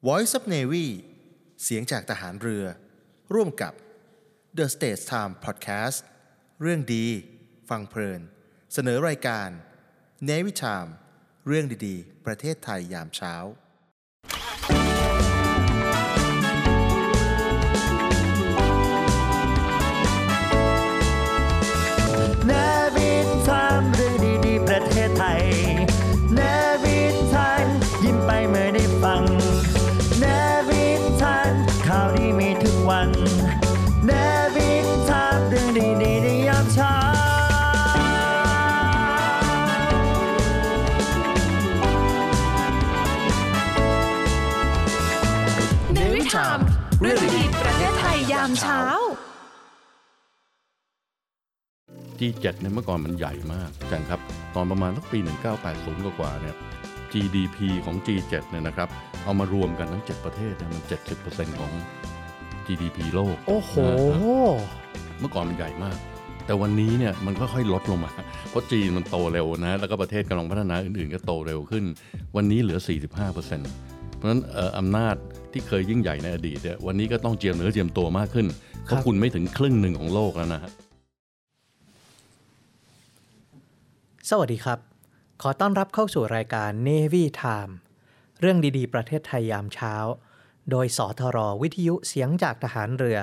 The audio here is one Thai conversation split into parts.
Voice of Navy เสียงจากทหารเรือร่วมกับ The States Time Podcast เรื่องดีฟังเพลินเสนอรายการ Navy Time เรื่องดีๆประเทศไทยยามเช้า Navy Time เรื่องดีๆประเทศไทย Navy Time ยิ้มไปเมื่อได้ฟัง Navy Time ข่าวดีมีทุกวัน Navy Time เรื่องดีๆในยามเช้า Navy Time เรื่องดีๆประเทศไทยยามเช้า G7 เนี่ยเมื่อก่อนมันใหญ่มากอาจารย์ครับตอนประมาณสักปี1980กว่าๆเนี่ย GDP ของ G7 เนี่ยนะครับเอามารวมกันทั้ง7ประเทศเนี่ยมัน 70% ของ GDP โลกโอ้โหเมื่อก่อนมันใหญ่มากแต่วันนี้เนี่ยมันค่อยๆลดลงมาเพราะจีนมันโตเร็วนะแล้วก็ประเทศกำลังพัฒนาอื่นๆก็โตเร็วขึ้นวันนี้เหลือ 45% เพราะฉะนั้นอำนาจที่เคยยิ่งใหญ่ในอดีตเนี่ยวันนี้ก็ต้องเจียมเนื้อเจียมตัวมากขึ้นเพราะคุณไม่ถึงครึ่งหนึ่งของโลกแล้วนะฮะสวัสดีครับขอต้อนรับเข้าสู่รายการ Navy Time เรื่องดีๆประเทศไทยยามเช้าโดยสทรวิทยุเสียงจากทหารเรือ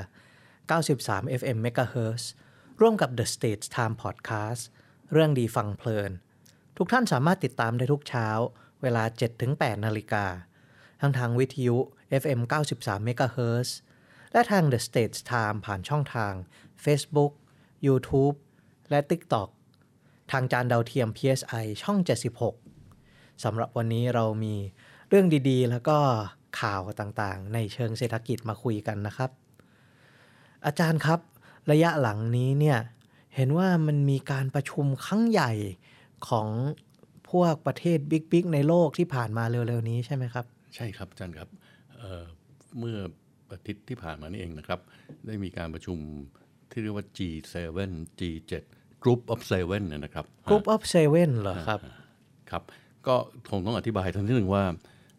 93 FM MHz ร่วมกับ The States Time Podcast เรื่องดีฟังเพลินทุกท่านสามารถติดตามได้ทุกเช้าเวลา 7-8 นาฬิกาทางวิทยุ FM 93 MHz และทาง The States Time ผ่านช่องทาง Facebook YouTube และ TikTokทางจานดาวเทียม PSI ช่อง76สำหรับวันนี้เรามีเรื่องดีๆแล้วก็ข่าวต่างๆในเชิงเศรษฐกิจมาคุยกันนะครับอาจารย์ครับระยะหลังนี้เนี่ยเห็นว่ามันมีการประชุมครั้งใหญ่ของพวกประเทศบิ๊กๆในโลกที่ผ่านมาเร็วๆนี้ใช่ไหมครับใช่ครับอาจารย์ครับเมื่ออาทิตย์ที่ผ่านมานี่เองนะครับได้มีการประชุมที่เรียกว่า G7 G7 Group of Seven นะครับ Group of Seven เหรอครับครับก็คงต้องอธิบายทั้งที่หนึ่งว่า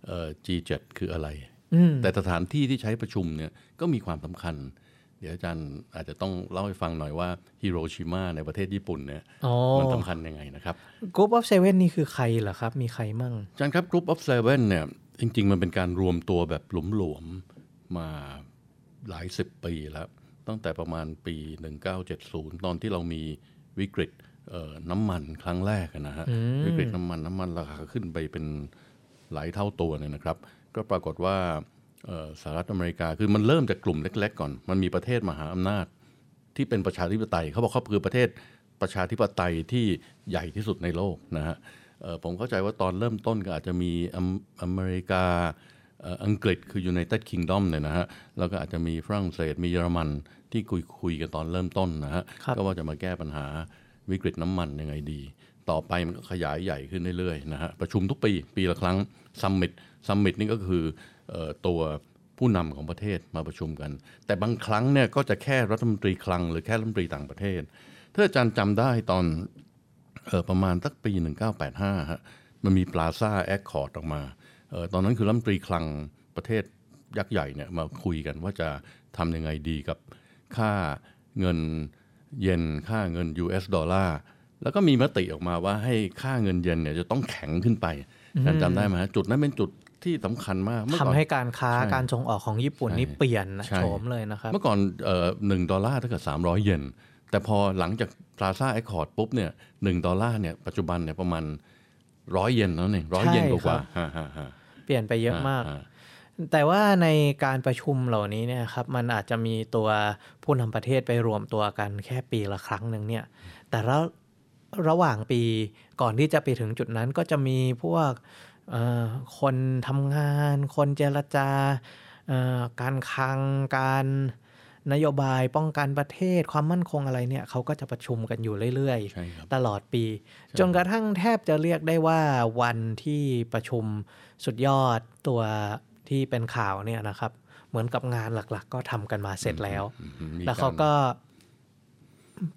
G7 คืออะไรแต่สถานที่ที่ใช้ประชุมเนี่ยก็มีความสำคัญเดี๋ยวอาจารย์อาจจะต้องเล่าให้ฟังหน่อยว่าฮิโรชิมาในประเทศญี่ปุ่นเนี่ยมันสำคัญยังไงนะครับ Group of Seven นี่คือใครเหรอครับมีใครมั่งอาจารย์ครับ Group of Seven เนี่ยจริงๆมันเป็นการรวมตัวแบบหลวมๆมาหลายสิบปีแล้วตั้งแต่ประมาณปี1970ตอนที่เรามีวิกฤตน้ำมันครั้งแรกนะฮะวิกฤตน้ำมันราคาขึ้นไปเป็นหลายเท่าตัวเนี่ยนะครับก็ปรากฏว่าสหรัฐอเมริกาคือมันเริ่มจากกลุ่มเล็กๆก่อนมันมีประเทศมหาอำนาจที่เป็นประชาธิปไตยเขาบอกเขาคือประเทศประชาธิปไตยที่ใหญ่ที่สุดในโลกนะฮะผมเข้าใจว่าตอนเริ่มต้นก็อาจจะมีอเมริกาอังกฤษคือ United Kingdom เนี่ยนะฮะแล้วก็อาจจะมีฝรั่งเศสมีเยอรมันที่คุยกันตอนเริ่มต้นนะฮะก็ว่าจะมาแก้ปัญหาวิกฤตน้ำมันยังไงดีต่อไปมันก็ขยายใหญ่ขึ้นเรื่อยๆนะฮะประชุมทุกปีละครั้งซัมมิตนี่ก็คือตัวผู้นำของประเทศมาประชุมกันแต่บางครั้งเนี่ยก็จะแค่รัฐมนตรีคลังหรือแค่รัฐมนตรีต่างประเทศถ้าอาจารย์จำได้ตอนประมาณสักปี1985ฮะมันมีปลาซ่าแอคคอร์ดออกมาตอนนั้นคือรัฐมนตรีคลังประเทศยักษ์ใหญ่เนี่ยมาคุยกันว่าจะทำยังไงดีกับค่าเงินเยนค่าเงิน US ดอลลาร์แล้วก็มีมติออกมาว่าให้ค่าเงินเยนเนี่ยจะต้องแข็งขึ้นไปจำได้ไหมจุดนั้นเป็นจุดที่สำคัญมากทำให้การค้าการส่งออกของญี่ปุ่นนี่เปลี่ยนโฉมเลยนะครับเมื่อก่อน1ดอลลาร์เท่ากับ300เยนแต่พอหลังจากพลาซ่าแอคคอร์ดปุ๊บเนี่ย1ดอลลาร์เนี่ยปัจจุบันเนี่ยประมาณ100เยนแล้วเนี่ย100เยนกว่าเปลี่ยนไปเยอะมากแต่ว่าในการประชุมเหล่านี้เนี่ยครับมันอาจจะมีตัวผู้นำประเทศไปรวมตัวกันแค่ปีละครั้งนึงเนี่ยแต่ระหว่างปีก่อนที่จะไปถึงจุดนั้นก็จะมีพวกคนทำงานคนเจรจาการคลังการนโยบายป้องกันประเทศความมั่นคงอะไรเนี่ยเขาก็จะประชุมกันอยู่เรื่อยๆตลอดปีจนกระทั่งแทบจะเรียกได้ว่าวันที่ประชุมสุดยอดตัวที่เป็นข่าวเนี่ยนะครับเหมือนกับงานหลักๆก็ทำกันมาเสร็จแล้วแล้วเขาก็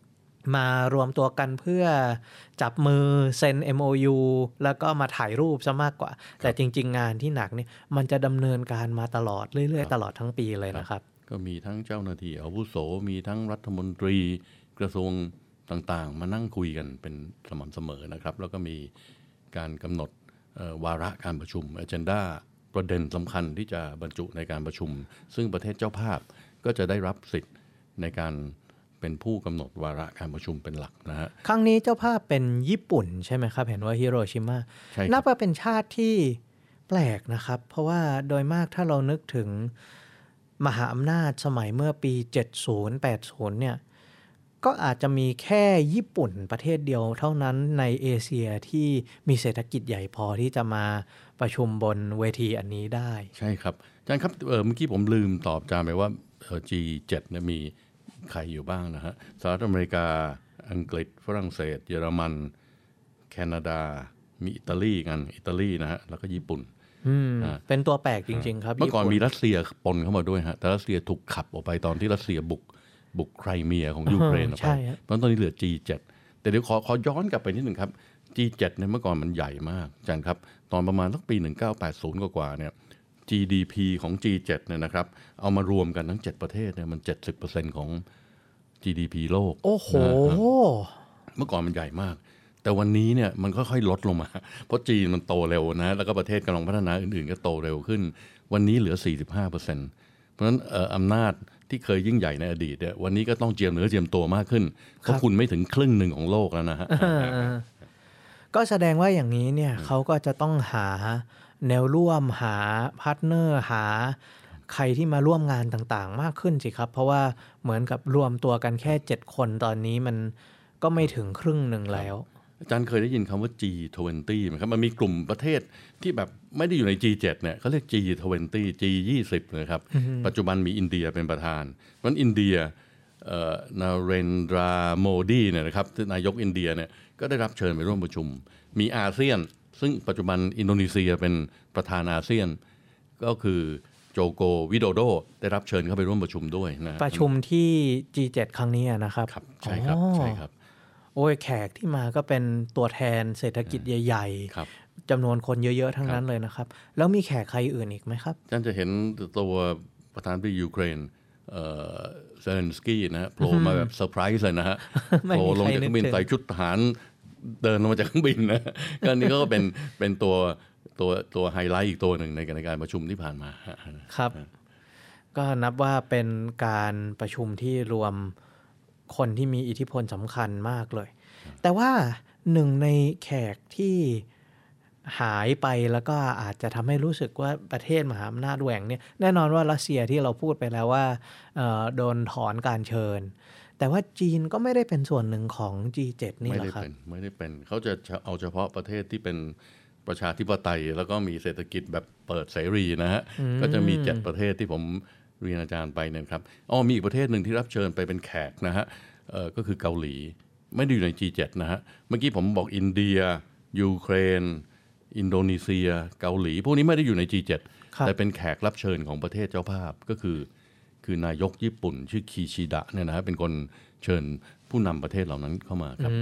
มารวมตัวกันเพื่อจับมือเซ็น MOU แล้วก็มาถ่ายรูปซะมากกว่าแต่จริงๆงานที่หนักเนี่ยมันจะดำเนินการมาตลอดเรื่อยๆตลอดทั้งปีเลยนะครับก็มีทั้งเจ้าหน้าที่อาวุโสมีทั้งรัฐมนตรีกระทรวงต่างๆมานั่งคุยกันเป็นสม่ำเสมอนะครับแล้วก็มีการกำหนดวาระการประชุม agenda ประเด็นสำคัญที่จะบรรจุในการประชุมซึ่งประเทศเจ้าภาพก็จะได้รับสิทธิ์ในการเป็นผู้กำหนดวาระการประชุมเป็นหลักนะฮะครั้งนี้เจ้าภาพเป็นญี่ปุ่นใช่ไหมครับเห็นว่าฮิโรชิมานับว่าเป็นชาติที่แปลกนะครับเพราะว่าโดยมากถ้าเรานึกถึงมหาอำนาจสมัยเมื่อปี70-80เนี่ยก็อาจจะมีแค่ญี่ปุ่นประเทศเดียวเท่านั้นในเอเชียที่มีเศรษฐกิจใหญ่พอที่จะมาประชุมบนเวทีอันนี้ได้ใช่ครับอาจารย์ครับเมื่อกี้ผมลืมตอบอาจารย์ไปว่าG7 เนี่ยมีใครอยู่บ้างนะฮะสหรัฐอเมริกาอังกฤษฝรั่งเศสเยอรมันแคนาดามีอิตาลีนะฮะแล้วก็ญี่ปุ่นเป็นตัวแปลกจริงๆครับเมื่อก่อนมีรัสเซียปนเข้ามาด้วยฮะแต่รัสเซียถูกขับออกไปตอนที่รัสเซียบุกไครเมียของยูเครนออกไปเพราะตอนนี้เหลือ G7 แต่เดี๋ยวขอย้อนกลับไปนิดหนึ่งครับ G7 เนี่ยเมื่อก่อนมันใหญ่มากอาจารย์ครับตอนประมาณสักปี1980กว่าเนี่ย GDP ของ G7 เนี่ยนะครับเอามารวมกันทั้ง7ประเทศเนี่ยมัน 70% ของ GDP โลกโอ้โหเมื่อก่อนมันใหญ่มากแต่วันนี้เนี่ยมันค่อยๆลดลงมาเพราะจีนมันโตเร็วนะแล้วก็ประเทศกำลังพัฒนาอื่นๆก็โตเร็วขึ้นวันนี้เหลือ 45% เพราะฉะนั้นอำนาจที่เคยยิ่งใหญ่ในอดีตเนี่ยวันนี้ก็ต้องเจียมเนื้อเจียมตัวมากขึ้นเพราะคุณไม่ถึงครึ่งหนึ่งของโลกแล้วนะฮะก็แสดงว่าอย่างนี้เนี่ยเขาก็จะต้องหาแนวร่วมหาพาร์ทเนอร์หาใครที่มาร่วมงานต่างๆมากขึ้นสิครับเพราะว่าเหมือนกับรวมตัวกันแค่7คนตอนนี้มันก็ไม่ถึงครึ่งหนึ่งแล้วอาจารย์เคยได้ยินคำว่า G20 ไหมครับมันมีกลุ่มประเทศที่แบบไม่ได้อยู่ใน G7 เนี่ยเขาเรียก G20 G20 นะครับปัจจุบันมีอินเดียเป็นประธานเพราะฉะนั้นอินเดียนาเรนดราโมดีเนี่ยนะครับนายกอินเดียเนี่ยก็ได้รับเชิญไปร่วมประชุมมีอาเซียนซึ่งปัจจุบันอินโดนีเซียเป็นประธานอาเซียนก็คือโจโกวิโดโดได้รับเชิญเข้าไปร่วมประชุมด้วยนะประชุมที่ G7 ครั้งนี้นะครับใช่ครับใช่ครับโอ้ยแขกที่มาก็เป็นตัวแทนเศรษฐกิจใหญ่ๆจำนวนคนเยอะๆทั้งนั้นเลยนะครับแล้วมีแขกใครอื่นอีกไหมครับท่านจะเห็นตัวประธานาธิบดียูเครนเซเลนสกี้นะฮะโผล่มาแบบเซอร์ไพรส์เลยนะฮะโผล่ลงจากเครื่องบินใส่ชุดทหารเดินลงมาจากเครื่องบินนะก็นี่ก็เป็นตัวไฮไลท์อีกตัวหนึ่งในการประชุมที่ผ่านมาครับก็นับว่าเป็นการประชุมที่รวมคนที่มีอิทธิพลสำคัญมากเลยแต่ว่าหนึ่งในแขกที่หายไปแล้วก็อาจจะทำให้รู้สึกว่าประเทศมหาอำนาจแหว่งเนี่ยแน่นอนว่ารัสเซียที่เราพูดไปแล้วว่าโดนถอนการเชิญแต่ว่าจีนก็ไม่ได้เป็นส่วนหนึ่งของ G7 นี่หรอครับไม่ได้เป็นเขาจะเอาเฉพาะประเทศที่เป็นประชาธิปไตยแล้วก็มีเศรษฐกิจแบบเปิดเสรีนะฮะก็จะมี7ประเทศที่ผมเรียนอาจารย์ไปเนี่ยครับมีอีกประเทศหนึ่งที่รับเชิญไปเป็นแขกนะฮะก็คือเกาหลีไม่ได้อยู่ใน G7 นะฮะเมื่อกี้ผมบอกอินเดียยูเครนอินโดนีเซียเกาหลีพวกนี้ไม่ได้อยู่ใน G7 แต่เป็นแขกรับเชิญของประเทศเจ้าภาพก็คือนายกญี่ปุ่นชื่อคิชิดะเนี่ยนะฮะเป็นคนเชิญผู้นำประเทศเหล่านั้นเข้ามาครับ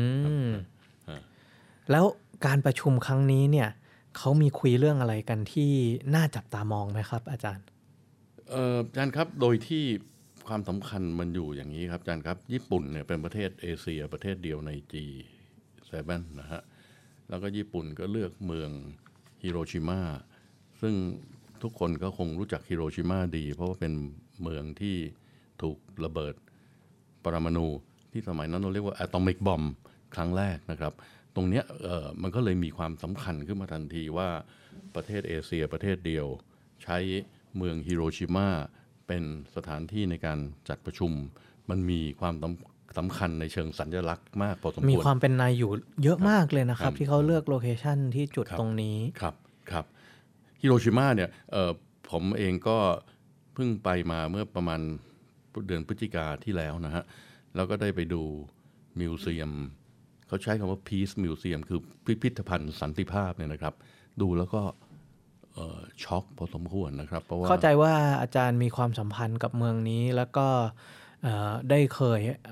แล้วการประชุมครั้งนี้เนี่ยเขามีคุยเรื่องอะไรกันที่น่าจับตามองไหมครับอาจารย์อาจารย์ครับโดยที่ความสำคัญมันอยู่อย่างนี้ครับอาจารย์ครับญี่ปุ่นเนี่ยเป็นประเทศเอเชียประเทศเดียวใน G7 นะฮะแล้วก็ญี่ปุ่นก็เลือกเมืองฮิโรชิมาซึ่งทุกคนก็คงรู้จักฮิโรชิมาดีเพราะว่าเป็นเมืองที่ถูกระเบิดปรมาณูที่สมัยนั้นเราเรียกว่าอะตอมิกบอมบ์ครั้งแรกนะครับตรงเนี้ยมันก็เลยมีความสำคัญขึ้นมาทันทีว่าประเทศเอเชียประเทศเดียวใช้เมืองฮิโรชิมาเป็นสถานที่ในการจัดประชุมมันมีความสำคัญในเชิงสัญลักษณ์มากพอสมควรมีความเป็นนายอยู่เยอะมากเลยนะครับที่เขาเลือกโลเคชั่นที่จุดตรงนี้ครับฮิโรชิมาเนี่ยผมเองก็เพิ่งไปมาเมื่อประมาณเดือนพฤศจิกาที่แล้วนะฮะแล้วก็ได้ไปดูมิวเซียมเขาใช้คำว่า Peace Museum คือพิพิธภัณฑ์สันติภาพเนี่ยนะครับดูแล้วก็ช็อกพอสมควรนะครับเพราะว่าเข้าใจว่าอาจารย์มีความสัมพันธ์กับเมืองนี้แล้วก็ได้เคย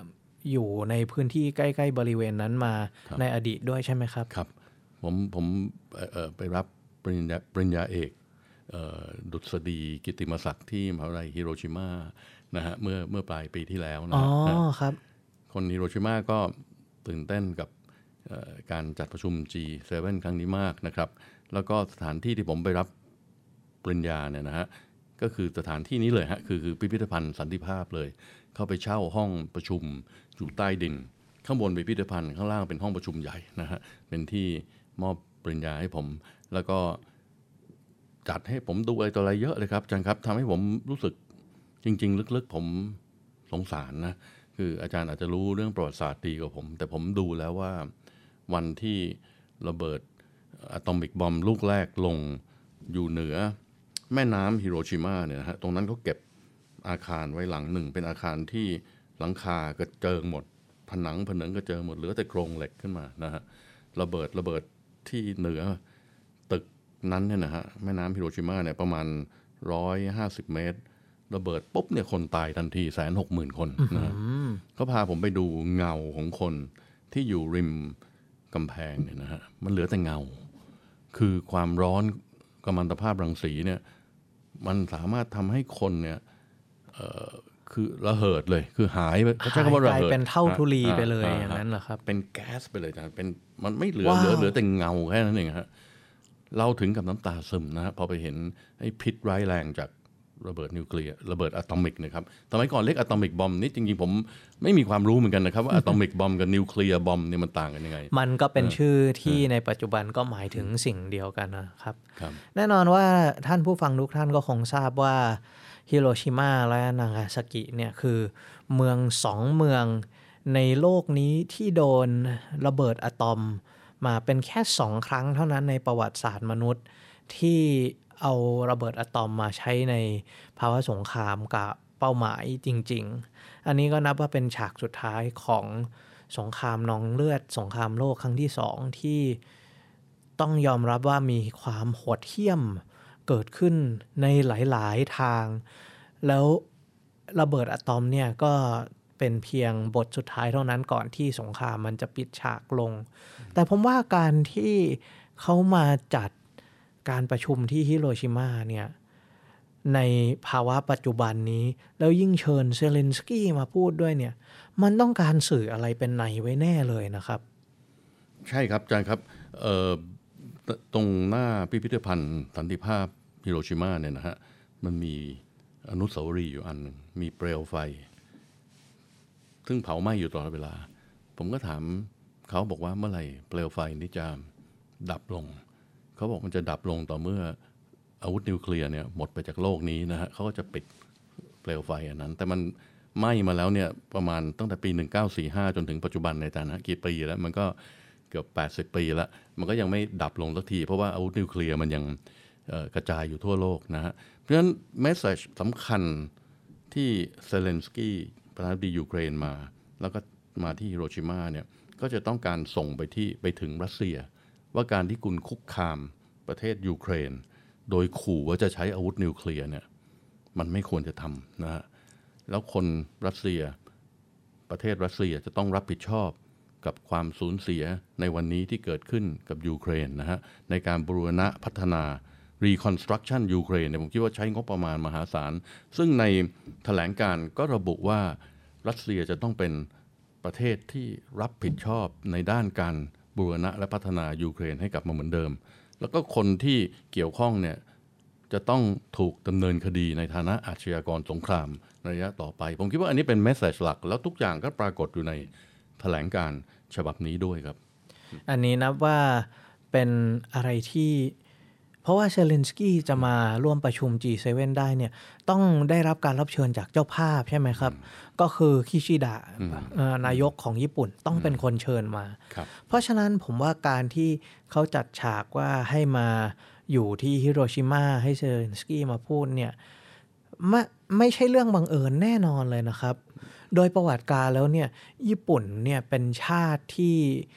อยู่ในพื้นที่ใกล้ๆบริเวณนั้นมาในอดีตด้วยใช่ไหมครับครับผมไปรับปริญญาเอกดุษฎีกิตติมศักดิ์ที่มหาวิทยาลัยฮิโรชิมานะฮะเมื่อปลายปีที่แล้วนะครับคนฮิโรชิมาก็ตื่นเต้นกับการจัดประชุม G7 ครั้งนี้มากนะครับแล้วก็สถานที่ที่ผมไปรับปริญญาเนี่ยนะฮะก็คือสถานที่นี้เลยฮะคือพิพิธภัณฑ์สันติภาพเลยเข้าไปเช่าห้องประชุมอยู่ใต้ดินข้างบนเป็นพิพิธภัณฑ์ข้างล่างเป็นห้องประชุมใหญ่นะฮะเป็นที่มอบปริญญาให้ผมแล้วก็จัดให้ผมดูอะไรต่ออะไรเยอะเลยครับอาจารย์ครับทำให้ผมรู้สึกจริงๆลึกๆผมสงสารนะคืออาจารย์อาจจะรู้เรื่องประวัติศาสตร์ดีกว่าผมแต่ผมดูแล้วว่าวันที่ระเบิดอะตอมิกบอมลูกแรกลงอยู่เหนือแม่น้ำฮิโรชิมาเนี่ยนะฮะตรงนั้นเขาเก็บอาคารไว้หลังหนึ่งเป็นอาคารที่หลังคากระเจิงหมดผนังกระเจิงหมดเหลือแต่โครงเหล็กขึ้นมานะฮะระเบิดที่เหนือตึกนั้นเนี่ยนะฮะแม่น้ำฮิโรชิมาเนี่ยประมาณ150 เมตรระเบิดปุ๊บเนี่ยคนตายทันที 160,000 คนนะฮะเขาพาผมไปดูเงาของคนที่อยู่ริมกำแพงเนี่ยนะฮะมันเหลือแต่เงาคือความร้อนกัมมันตภาพรังสีเนี่ยมันสามารถทำให้คนเนี่ยคือระเหิดเลยคือหายไปเขาใช้คำว่าระเหิดเป็นเท่าทุลีไปเลยอย่างนั้นเหรอครับเป็นแก๊สไปเลยนะเป็นมันไม่เหลือแต่เงาแค่นั้นเองฮะเราถึงกับน้ำตาซึมนะฮะพอไปเห็นไอ้พิษร้ายแรงจากระเบิดนิวเคลียร์ระเบิดอะตอมิกนะครับสมัยก่อนเรียกอะตอมิกบอมนี่จริงๆผมไม่มีความรู้เหมือนกันนะครับว่าอะตอมิกบอมกับนิวเคลียร์บอมเนี่ยมันต่างกันยังไงมันก็เป็นชื่อที่ในปัจจุบันก็หมายถึงสิ่งเดียวกันนะครับแน่นอนว่าท่านผู้ฟังทุกท่านก็คงทราบว่าฮิโรชิมาและนางาซากิเนี่ยคือเมือง2 เมืองในโลกนี้ที่โดนระเบิดอะตอมมาเป็นแค่2 ครั้งเท่านั้นในประวัติศาสตร์มนุษย์ที่เอาระเบิดอะตอมมาใช้ในภาวะสงครามกับเป้าหมายจริงๆอันนี้ก็นับว่าเป็นฉากสุดท้ายของสงครามนองเลือดสงครามโลกครั้งที่2ที่ต้องยอมรับว่ามีความโหดเหี้ยมเกิดขึ้นในหลายๆทางแล้วระเบิดอะตอมเนี่ยก็เป็นเพียงบทสุดท้ายเท่านั้นก่อนที่สงครามมันจะปิดฉากลงแต่ผมว่าการที่เขามาจัดการประชุมที่ฮิโรชิมาเนี่ยในภาวะปัจจุบันนี้แล้วยิ่งเชิญเซเลนสกี้มาพูดด้วยเนี่ยมันต้องการสื่ออะไรเป็นในไว้แน่เลยนะครับใช่ครับอาจารย์ครับตรงหน้าพิพิธภัณฑ์สันติภาพฮิโรชิมาเนี่ยนะฮะมันมีอนุสาวรีย์อยู่อันนึงมีเปลวไฟซึ่งเผาไหม้อยู่ตลอดเวลาผมก็ถามเขาบอกว่าเมื่อไหร่เปลวไฟนี้จะดับลงเขาบอกมันจะดับลงต่อเมื่ออาวุธนิวเคลียร์เนี่ยหมดไปจากโลกนี้นะฮะเขาก็จะปิดเปลวไฟอันนั้นแต่มันไหม้มาแล้วเนี่ยประมาณตั้งแต่ปี1945จนถึงปัจจุบันในฐานะกี่ปีแล้วมันก็เกือบ80 ปีแล้วมันก็ยังไม่ดับลงสักทีเพราะว่าอาวุธนิวเคลียร์มันยังกระจายอยู่ทั่วโลกนะฮะเพราะฉะนั้นเมสเสจสำคัญที่เซเลนสกี้ประธานาธิบดียูเครนมาแล้วก็มาที่ฮิโรชิมาเนี่ยก็จะต้องการส่งไปถึงรัสเซียว่าการที่คุณคุกคามประเทศยูเครนโดยขู่ว่าจะใช้อาวุธนิวเคลียร์เนี่ยมันไม่ควรจะทำนะฮะแล้วคนรัสเซียประเทศรัสเซียจะต้องรับผิดชอบกับความสูญเสียในวันนี้ที่เกิดขึ้นกับยูเครนนะฮะในการบูรณะพัฒนา Reconstruction ยูเครนเนี่ยผมคิดว่าใช้งบประมาณมหาศาลซึ่งในแถลงการก็ระบุว่ารัสเซียจะต้องเป็นประเทศที่รับผิดชอบในด้านการบูรณะและพัฒนายูเครนให้กลับมาเหมือนเดิมแล้วก็คนที่เกี่ยวข้องเนี่ยจะต้องถูกดำเนินคดีในฐานะอาชญากรสงครามในระยะต่อไปผมคิดว่าอันนี้เป็นเมสเสจหลักแล้วทุกอย่างก็ปรากฏอยู่ในแถลงการฉบับนี้ด้วยครับอันนี้นับว่าเป็นอะไรที่เพราะว่าเซเลนสกี้จะมาร่วมประชุม G7 ได้เนี่ยต้องได้รับการรับเชิญจากเจ้าภาพใช่ไหมครับก็คือคิชิดะนายกของญี่ปุ่นต้องเป็นคนเชิญมาเพราะฉะนั้นผมว่าการที่เขาจัดฉากว่าให้มาอยู่ที่ฮิโรชิมาให้เซเลนสกี้มาพูดเนี่ยไม่ใช่เรื่องบังเอิญแน่นอนเลยนะครับโดยประวัติการแล้วเนี่ยญี่ปุ่นเนี่ยเป็นชาติที่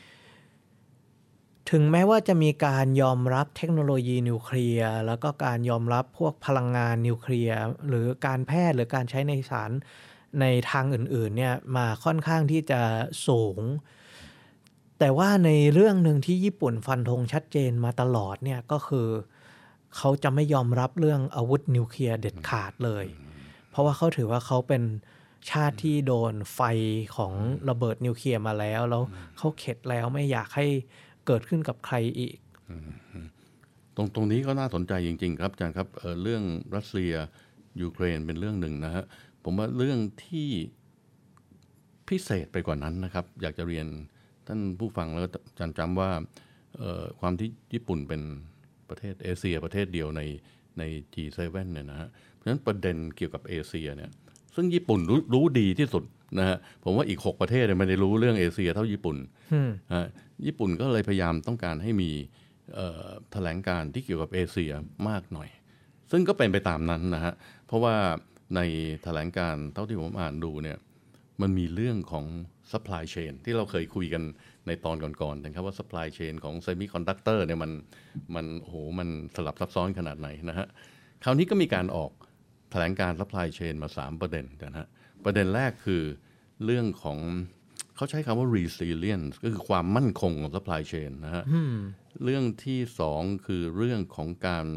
ถึงแม้ว่าจะมีการยอมรับเทคโนโลยีนิวเคลียร์แล้วก็การยอมรับพวกพลังงานนิวเคลียร์หรือการแพทย์หรือการใช้ในสารในทางอื่นๆเนี่ยมาค่อนข้างที่จะสูงแต่ว่าในเรื่องหนึ่งที่ญี่ปุ่นฟันธงชัดเจนมาตลอดเนี่ยก็คือเขาจะไม่ยอมรับเรื่องอาวุธนิวเคลียร์เด็ดขาดเลยเพราะว่าเขาถือว่าเขาเป็นชาติที่โดนไฟของระเบิดนิวเคลียร์มาแล้วเขาเข็ดแล้วไม่อยากให้เกิดขึ้นกับใครอีกตรงนี้ก็น่าสนใจจริงๆครับอาจารย์ครับเรื่องรัสเซียยูเครนเป็นเรื่องหนึ่งนะฮะผมว่าเรื่องที่พิเศษไปกว่านั้นนะครับอยากจะเรียนท่านผู้ฟังแล้วอาจารย์จำว่าความที่ญี่ปุ่นเป็นประเทศเอเชียประเทศเดียวใน G7 เนี่ยนะฮะเพราะฉะนั้นประเด็นเกี่ยวกับเอเชียเนี่ยซึ่งญี่ปุ่นรู้ดีที่สุดนะฮะผมว่าอีก6ประเทศไม่ได้รู้เรื่องเอเชียเท่าญี่ปุ่นญี่ปุ่นก็เลยพยายามต้องการให้มีแถลงการที่เกี่ยวกับเอเชียมากหน่อยซึ่งก็เป็นไปตามนั้นนะฮะเพราะว่าในแถลงการเท่าที่ผมอ่านดูเนี่ยมันมีเรื่องของ supply chain ที่เราเคยคุยกันในตอนก่อนๆนะครับว่า supply chain ของ semiconductor เนี่ยมันโอ้โหมันสลับซับซ้อนขนาดไหนนะฮะคราวนี้ก็มีการออกแถลงการ supply chain มา3ประเด็นนะฮะประเด็นแรกคือเรื่องของเขาใช้คำว่า resilience ก็คือความมั่นคงของ supply chain นะฮะเรื่องที่2คือเรื่องของการ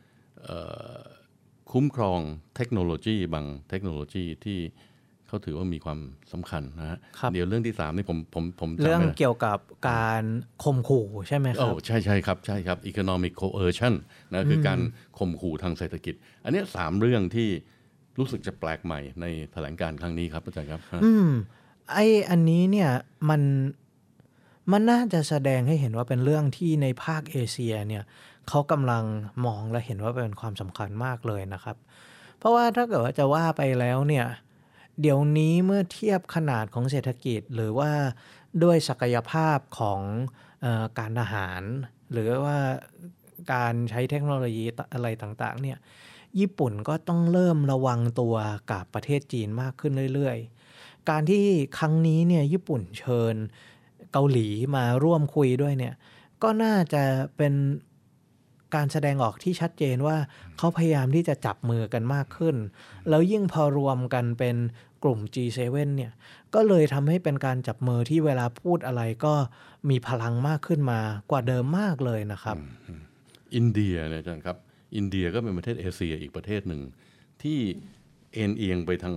คุ้มครองเทคโนโลยีบางเทคโนโลยีที่เขาถือว่ามีความสำคัญนะฮะเดี๋ยวเรื่องที่3นี่ผมเรื่องเกี่ยวกับการข่มขู่ใช่ไหมครับใช่ครับใช่ครับ economic coercion นะคือการข่มขู่ทางเศรษฐกิจอันนี้3เรื่องที่รู้สึกจะแปลกใหม่ในแถลงการครั้งนี้ครับอาจารย์ครับอันนี้เนี่ยมันน่าจะแสดงให้เห็นว่าเป็นเรื่องที่ในภาคเอเชียเนี่ยเขากำลังมองและเห็นว่าเป็นความสำคัญมากเลยนะครับเพราะว่าถ้าเกิดว่าจะว่าไปแล้วเนี่ยเดี๋ยวนี้เมื่อเทียบขนาดของเศรษฐกิจหรือว่าด้วยศักยภาพของการทหารหรือว่าการใช้เทคโนโลยีอะไรต่างๆเนี่ยญี่ปุ่นก็ต้องเริ่มระวังตัวกับประเทศจีนมากขึ้นเรื่อยๆการที่ครั้งนี้เนี่ยญี่ปุ่นเชิญเกาหลีมาร่วมคุยด้วยเนี่ยก็น่าจะเป็นการแสดงออกที่ชัดเจนว่าเขาพยายามที่จะจับมือกันมากขึ้นแล้วยิ่งพอรวมกันเป็นกลุ่ม G7 เนี่ยก็เลยทำให้เป็นการจับมือที่เวลาพูดอะไรก็มีพลังมากขึ้นมากว่าเดิมมากเลยนะครับอินเดียเนี่ยอาจารย์ครับอินเดียก็เป็นประเทศเอเชียอีกประเทศหนึ่งที่เอียงไปทาง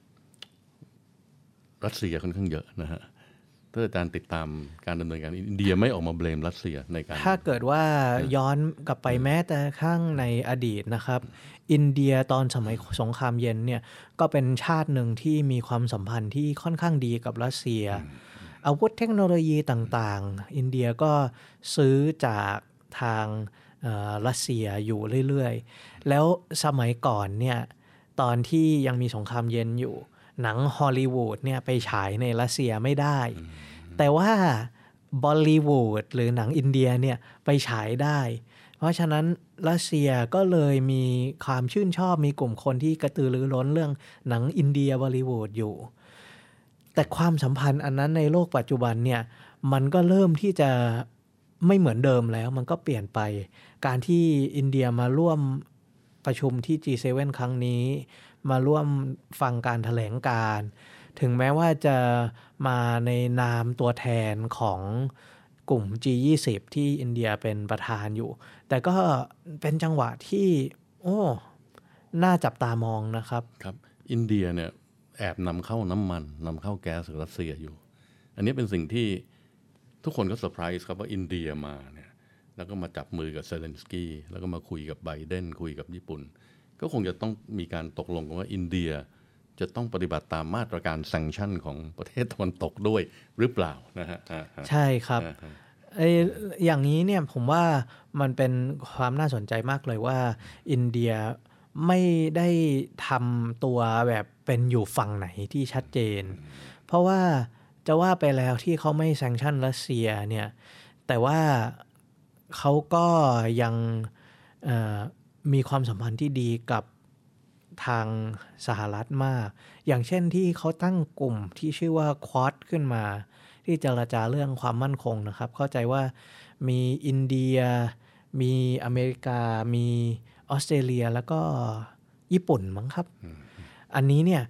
รัสเซียค่อนข้างเยอะนะฮะถ้าอาจารย์ติดตามการดำเนินการอินเดียไม่ออกมาเบลมรัสเซียในการถ้าเกิดว่าย้อนกลับไปแม้แต่ข้างในอดีตนะครับอินเดียตอนสมัยสงครามเย็นเนี่ยก็เป็นชาติหนึ่งที่มีความสัมพันธ์ที่ค่อนข้างดีกับรัสเซียอาวุธเทคโนโลยีต่างๆอินเดียก็ซื้อจากทางรัสเซียอยู่เรื่อยๆแล้วสมัยก่อนเนี่ยตอนที่ยังมีสงครามเย็นอยู่หนังฮอลลีวูดเนี่ยไปฉายในรัสเซียไม่ได้แต่ว่าบอลลีวูดหรือหนังอินเดียเนี่ยไปฉายได้เพราะฉะนั้นรัสเซียก็เลยมีความชื่นชอบมีกลุ่มคนที่กระตือรือร้นเรื่องหนังอินเดียบอลลีวูดอยู่แต่ความสัมพันธ์อันนั้นในโลกปัจจุบันเนี่ยมันก็เริ่มที่จะไม่เหมือนเดิมแล้วมันก็เปลี่ยนไปการที่อินเดียมาร่วมประชุมที่ G7 ครั้งนี้มาร่วมฟังการแถลงการถึงแม้ว่าจะมาในนามตัวแทนของกลุ่ม G20 ที่อินเดียเป็นประธานอยู่แต่ก็เป็นจังหวะที่น่าจับตามองนะครับครับอินเดียเนี่ยแอบนำเข้าน้ำมันนำเข้าแก๊สจากรัสเซียอยู่อันนี้เป็นสิ่งที่ทุกคนก็เซอร์ไพรส์ครับว่าอินเดียมาเนี่ยแล้วก็มาจับมือกับเซเลนสกี้แล้วก็มาคุยกับไบเดนคุยกับญี่ปุ่นก็คงจะต้องมีการตกลงกันว่าอินเดียจะต้องปฏิบัติตามมาตรการแซงชั่นของประเทศตะวันตกด้วยหรือเปล่านะฮะใช่ครับอย่างนี้เนี่ยผมว่ามันเป็นความน่าสนใจมากเลยว่าอินเดียไม่ได้ทำตัวแบบเป็นอยู่ฝั่งไหนที่ชัดเจนเพราะว่าจะว่าไปแล้วที่เขาไม่แซงชั่นรัสเซียเนี่ยแต่ว่าเขาก็ยังมีความสัมพันธ์ที่ดีกับทางสหรัฐมากอย่างเช่นที่เขาตั้งกลุ่มที่ชื่อว่าควอดขึ้นมาที่เจรจาเรื่องความมั่นคงนะครับเข้าใจว่ามีอินเดียมีอเมริกามีออสเตรเลียแล้วก็ญี่ปุ่นมั้งครับอันนี้เนี่ย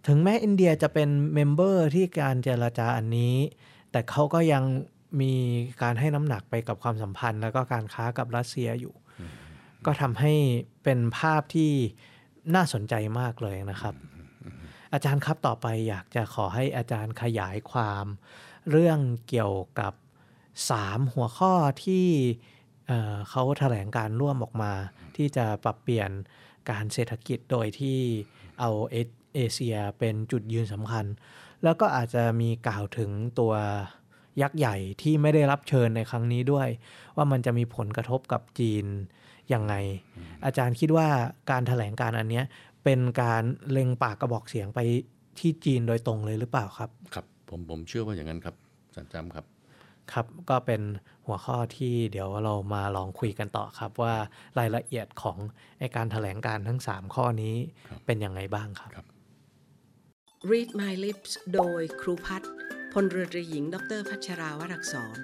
ถึงแม้อินเดียจะเป็นเมมเบอร์ที่การเจรจาอันนี้แต่เขาก็ยังมีการให้น้ำหนักไปกับความสัมพันธ์แล้วก็การค้ากับรัสเซียอยู่ก็ทำให้เป็นภาพที่น่าสนใจมากเลยนะครับอาจารย์ครับต่อไปอยากจะขอให้อาจารย์ขยายความเรื่องเกี่ยวกับ3หัวข้อที่เขาแถลงการร่วมออกมาที่จะปรับเปลี่ยนการเศรษฐกิจโดยที่เอาเอเชียเป็นจุดยืนสำคัญแล้วก็อาจจะมีกล่าวถึงตัวยักษ์ใหญ่ที่ไม่ได้รับเชิญในครั้งนี้ด้วยว่ามันจะมีผลกระทบกับจีนยังไงอาจารย์คิดว่าการแถลงการอันนี้เป็นการเล็งปากกระบอกเสียงไปที่จีนโดยตรงเลยหรือเปล่าครับครับผมเชื่อว่าอย่างนั้นครับอาจารย์จำครับครับก็เป็นหัวข้อที่เดี๋ยวเรามาลองคุยกันต่อครับว่ารายละเอียดของการแถลงการทั้ง3ข้อนี้เป็นยังไงบ้างครับ Read My Lips โดยครูพัฒน์พลเรือตรีหญิงดร.พัชราวรักษร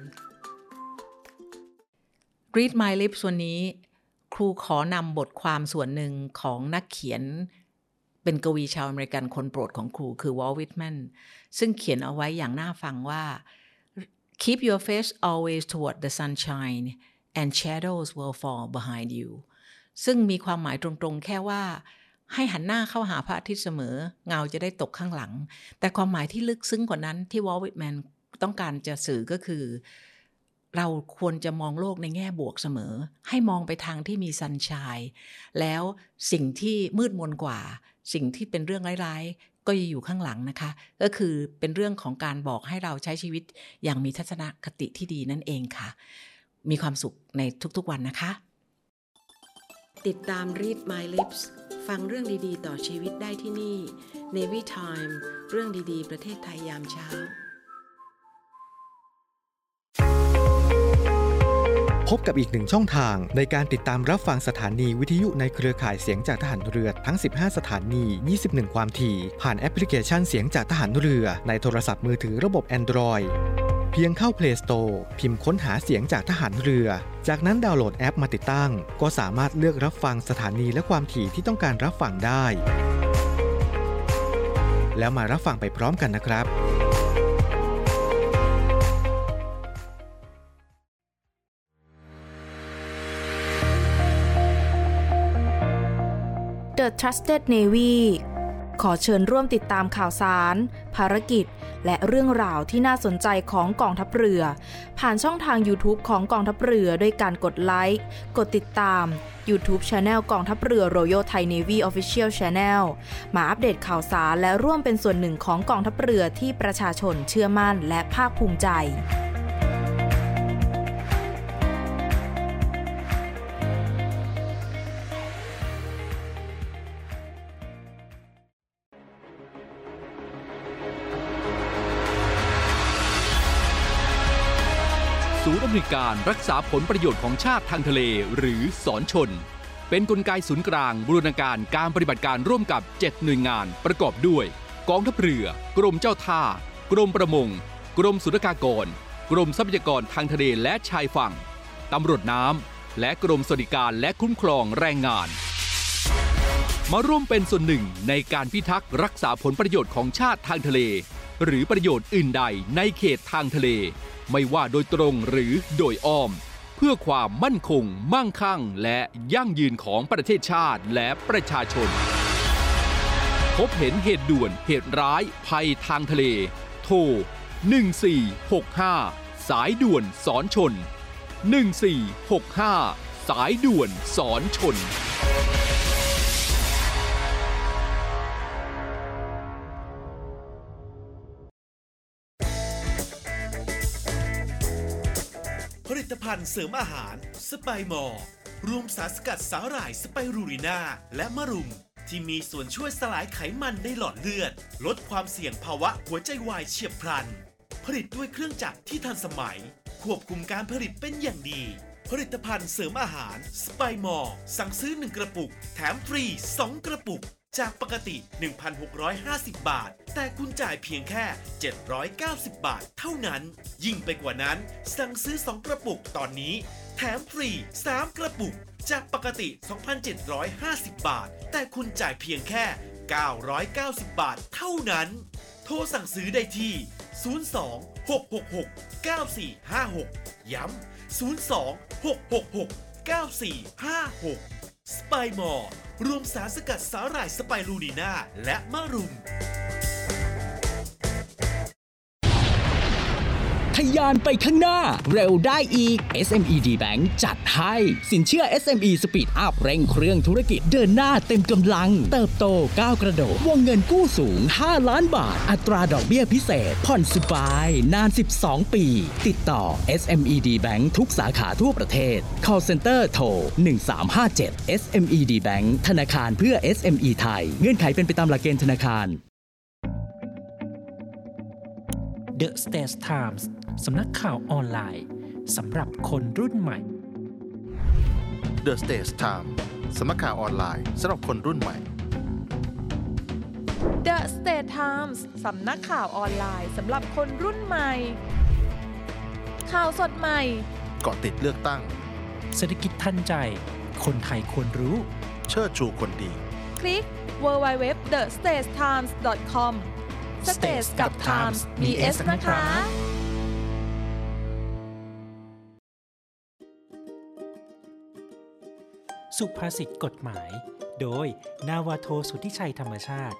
Read My Lips วันนี้ครูขอนำบทความส่วนหนึ่งของนักเขียนเป็นกวีชาวอเมริกันคนโปรดของครูคือวอลต์ วิทแมนซึ่งเขียนเอาไว้อย่างน่าฟังว่า Keep your face always toward the sunshine and shadows will fall behind you ซึ่งมีความหมายตรงๆแค่ว่าให้หันหน้าเข้าหาพระอาทิตย์เสมอเงาจะได้ตกข้างหลังแต่ความหมายที่ลึกซึ้งกว่านั้นที่วอลต์ วิทแมนต้องการจะสื่อก็คือเราควรจะมองโลกในแง่บวกเสมอให้มองไปทางที่มีซันชายแล้วสิ่งที่มืดมนกว่าสิ่งที่เป็นเรื่องร้ายๆก็อยู่ข้างหลังนะคะก็คือเป็นเรื่องของการบอกให้เราใช้ชีวิตอย่างมีทัศนคติที่ดีนั่นเองค่ะมีความสุขในทุกๆวันนะคะติดตาม Read My Lips ฟังเรื่องดีๆต่อชีวิตได้ที่นี่ Navy Time เรื่องดีๆประเทศไทยยามเช้าพบกับอีกหนึ่งช่องทางในการติดตามรับฟังสถานีวิทยุในเครือข่ายเสียงจากทหารเรือทั้ง15สถานี 21 ความถี่ผ่านแอปพลิเคชันเสียงจากทหารเรือในโทรศัพท์มือถือระบบ Android เพียงเข้า Play Store พิมพ์ค้นหาเสียงจากทหารเรือจากนั้นดาวน์โหลดแอปมาติดตั้งก็สามารถเลือกรับฟังสถานีและความถี่ที่ต้องการรับฟังได้แล้วมารับฟังไปพร้อมกันนะครับ The Trusted Navy ขอเชิญร่วมติดตามข่าวสารภารกิจและเรื่องราวที่น่าสนใจของกองทัพเรือผ่านช่องทาง YouTube ของกองทัพเรือด้วยการกดไลค์กดติดตาม YouTube Channel กองทัพเรือ Royal Thai Navy Official Channel มาอัปเดตข่าวสารและร่วมเป็นส่วนหนึ่งของกองทัพเรือที่ประชาชนเชื่อมั่นและภาคภูมิใจศูนย์อำนวยการรักษาผลประโยชน์ของชาติทางทะเลหรือศรชนเป็นกลไกศูนย์กลางบูรณาการการปฏิบัติการร่วมกับ7หน่วยงานประกอบด้วยกองทัพเรือกรมเจ้าท่ากรมประมงกรมศุลกากรกรมทรัพยากรทางทะเลและชายฝั่งตำรวจน้ำและกรมสวัสดิการและคุ้มครองแรงงานมาร่วมเป็นส่วนหนึ่งในการพิทักษ์รักษาผลประโยชน์ของชาติทางทะเลหรือประโยชน์อื่นใดในเขตทางทะเลไม่ว่าโดยตรงหรือโดยอ้อมเพื่อความมั่นคงมั่งคั่งและยั่งยืนของประเทศชาติและประชาชนพบเห็นเหตุด่วนเหตุร้ายภัยทางทะเลโทร1465สายด่วนสอนชน1465สายด่วนสอนชนผลิตภัณฑ์เสริมอาหารสไปมอร์รวมสารสกัดสาหร่ายสไปรูรินาและมะรุมที่มีส่วนช่วยสลายไขมันในหลอดเลือดลดความเสี่ยงภาวะหัวใจวายเฉียบพลันผลิตด้วยเครื่องจักรที่ทันสมัยควบคุมการผลิตเป็นอย่างดีผลิตภัณฑ์เสริมอาหารสไปมอร์สั่งซื้อ1กระปุกแถมฟรี2กระปุกจากปกติ 1,650 บาทแต่คุณจ่ายเพียงแค่790 บาทเท่านั้นยิ่งไปกว่านั้นสั่งซื้อ2กระปุกตอนนี้แถมฟรี3กระปุกจากปกติ 2,750 บาทแต่คุณจ่ายเพียงแค่ 990 บาทเท่านั้นโทรสั่งซื้อได้ที่02-666-9456ย้ำ02-666-9456 สไปมอร์รวมสารสกัดสาหร่ายสไปรูนีนาและมะรุมทะยานไปข้างหน้าเร็วได้อีก SME Bank จัดให้สินเชื่อ SME Speed Up เร่งเครื่องธุรกิจเดินหน้าเต็มกำลังเติบโตก้าวกระโดดวงเงินกู้สูง5ล้านบาทอัตราดอกเบี้ยพิเศษผ่อนสบายนาน12ปีติดต่อ SME Bank ทุกสาขาทั่วประเทศ Call Center โทร1357 SME Bank ธนาคารเพื่อ SME ไทยเงื่อนไขเป็นไปตามหลักเกณฑ์ธนาคาร The States Times สำนักข่าวออนไลน์สำหรับคนรุ่นใหม่ The States Times สำนักข่าวออนไลน์สำหรับคนรุ่นใหม่ The States Times สำนักข่าวออนไลน์สำหรับคนรุ่นใหม่ข่าวสดใหม่เกาะติดเลือกตั้งเศรษฐกิจทันใจคนไทยควรรู้เชิดชูคนดีคลิก www.thestatestimes.com States กับ Times มี S นะคะสุภาษิตกฎหมายโดยนาวาโทสุทธิชัยธรรมชาติ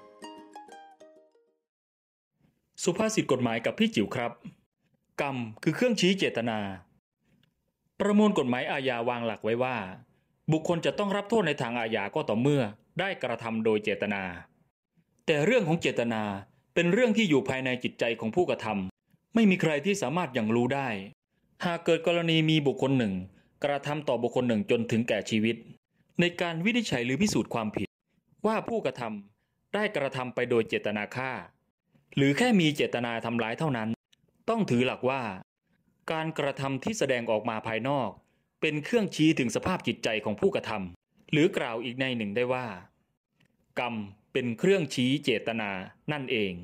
สุภาษิตกฎหมายกับพี่จิ๋วครับกรรมคือเครื่องชี้เจตนาประมวลกฎหมายอาญาวางหลักไว้ว่าบุคคลจะต้องรับโทษในทางอาญาก็ต่อเมื่อได้กระทำโดยเจตนาแต่เรื่องของเจตนาเป็นเรื่องที่อยู่ภายในจิตใจของผู้กระทำไม่มีใครที่สามารถอย่างรู้ได้หากเกิดกรณีมีบุคคลหนึ่งกระทำต่อบุคคลหนึ่งจนถึงแก่ชีวิตในการวินิจฉัยหรือพิสูจน์ความผิดว่าผู้กระทำได้กระทำไปโดยเจตนาฆ่าหรือแค่มีเจตนาทำร้ายเท่านั้นต้องถือหลักว่าการกระทำที่แสดงออกมาภายนอกเป็นเครื่องชี้ถึงสภาพจิตใจของผู้กระทำหรือกล่าวอีกในหนึ่งได้ว่ากรรมเป็นเครื่องชี้เจตนานั่นเอง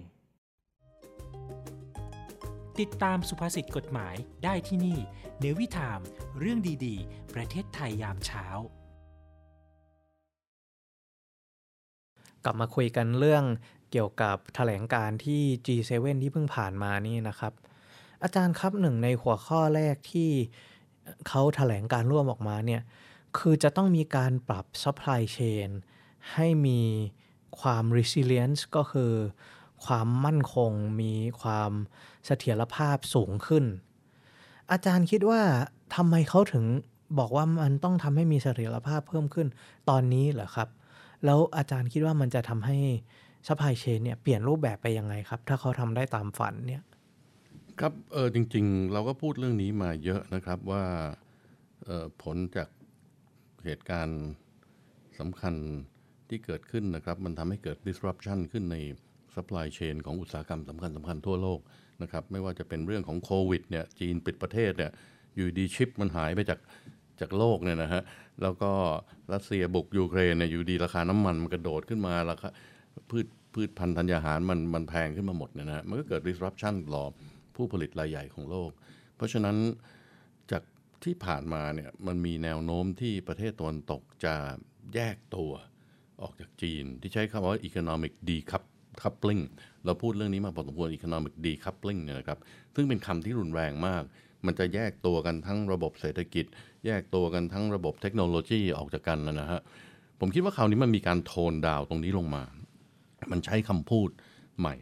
ติดตามสุภาษิตกฎหมายได้ที่นี่เนวิไทม์เรื่องดีๆประเทศไทยยามเช้ากลับมาคุยกันเรื่องเกี่ยวกับแถลงการณ์ที่ G7 ที่เพิ่งผ่านมานี่นะครับอาจารย์ครับหนึ่งในหัวข้อแรกที่เขาแถลงการร่วมออกมาเนี่ยคือจะต้องมีการปรับ supply chain ให้มีความ resilience ก็คือความมั่นคงมีความเสถียรภาพสูงขึ้นอาจารย์คิดว่าทำไมเขาถึงบอกว่ามันต้องทำให้มีเสถียรภาพเพิ่มขึ้นตอนนี้เหรอครับแล้วอาจารย์คิดว่ามันจะทำให้ supply chain เนี่ยเปลี่ยนรูปแบบไปยังไงครับถ้าเขาทำได้ตามฝันเนี่ยครับจริงๆเราก็พูดเรื่องนี้มาเยอะนะครับว่าผลจากเหตุการณ์สำคัญที่เกิดขึ้นนะครับมันทำให้เกิด disruption ขึ้นใน supply chain ของอุตสาหกรรมสำคัญทั่วโลกนะครับไม่ว่าจะเป็นเรื่องของโควิดเนี่ยจีนปิดประเทศเนี่ยอยู่ดีชิปมันหายไปจากโลกเนี่ยนะฮะแล้วก็รัสเซียบุกยูเครนเนี่ยอยู่ดีราคาน้ำมันมันกระโดดขึ้นมาราคาพืชพันธุ์ธัญญาหารมันแพงขึ้นมาหมดเนี่ยนะมันก็เกิด disruption ต่อผู้ผลิตรายใหญ่ของโลกเพราะฉะนั้นจากที่ผ่านมาเนี่ยมันมีแนวโน้มที่ประเทศตะวันตกจะแยกตัวออกจากจีนที่ใช้คำว่า economic decoupling เราพูดเรื่องนี้มาพอสมควร economic decoupling เนี่ยนะครับซึ่งเป็นคำที่รุนแรงมากมันจะแยกตัวกันทั้งระบบเศรษฐกิจแยกตัวกันทั้งระบบเทคโนโลยีออกจากกันแล้วนะฮะผมคิดว่าคราวนี้มันมีการโทนดาวตรงนี้ลงมามันใช้คำพูดใหม่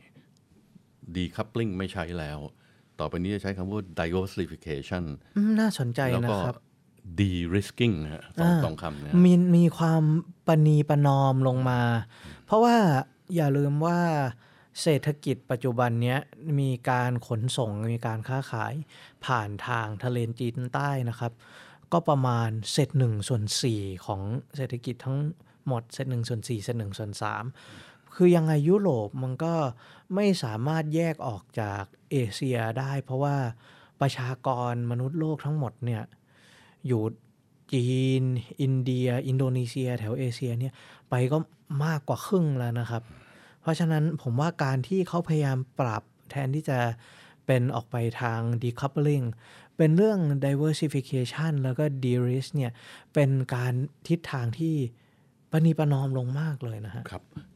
decoupling ไม่ใช้แล้วต่อไปนี้จะใช้คำว่า diversification น่าสนใจนะครับ de-risking นะฮะสองคำเนี่ยมีความปณีประนอมลงมาเพราะว่าอย่าลืมว่าเศรษฐกิจปัจจุบันนี้มีการขนส่งมีการค้าขายผ่านทางทะเลจีนใต้นะครับก็ประมาณ1/4ของเศรษฐกิจทั้งหมด1/4 1/3คือยังไงยุโรปมันก็ไม่สามารถแยกออกจากเอเชียได้เพราะว่าประชากรมนุษย์โลกทั้งหมดเนี่ยอยู่จีนอินเดียอินโดนีเซียแถวเอเชียเนี่ยไปก็มากกว่าครึ่งแล้วนะครับเพราะฉะนั้นผมว่าการที่เขาพยายามปรับแทนที่จะเป็นออกไปทาง decoupling เป็นเรื่อง diversification แล้วก็ de-risk เนี่ยเป็นการทิศทางที่ปณีประนอมลงมากเลยนะฮะครับคื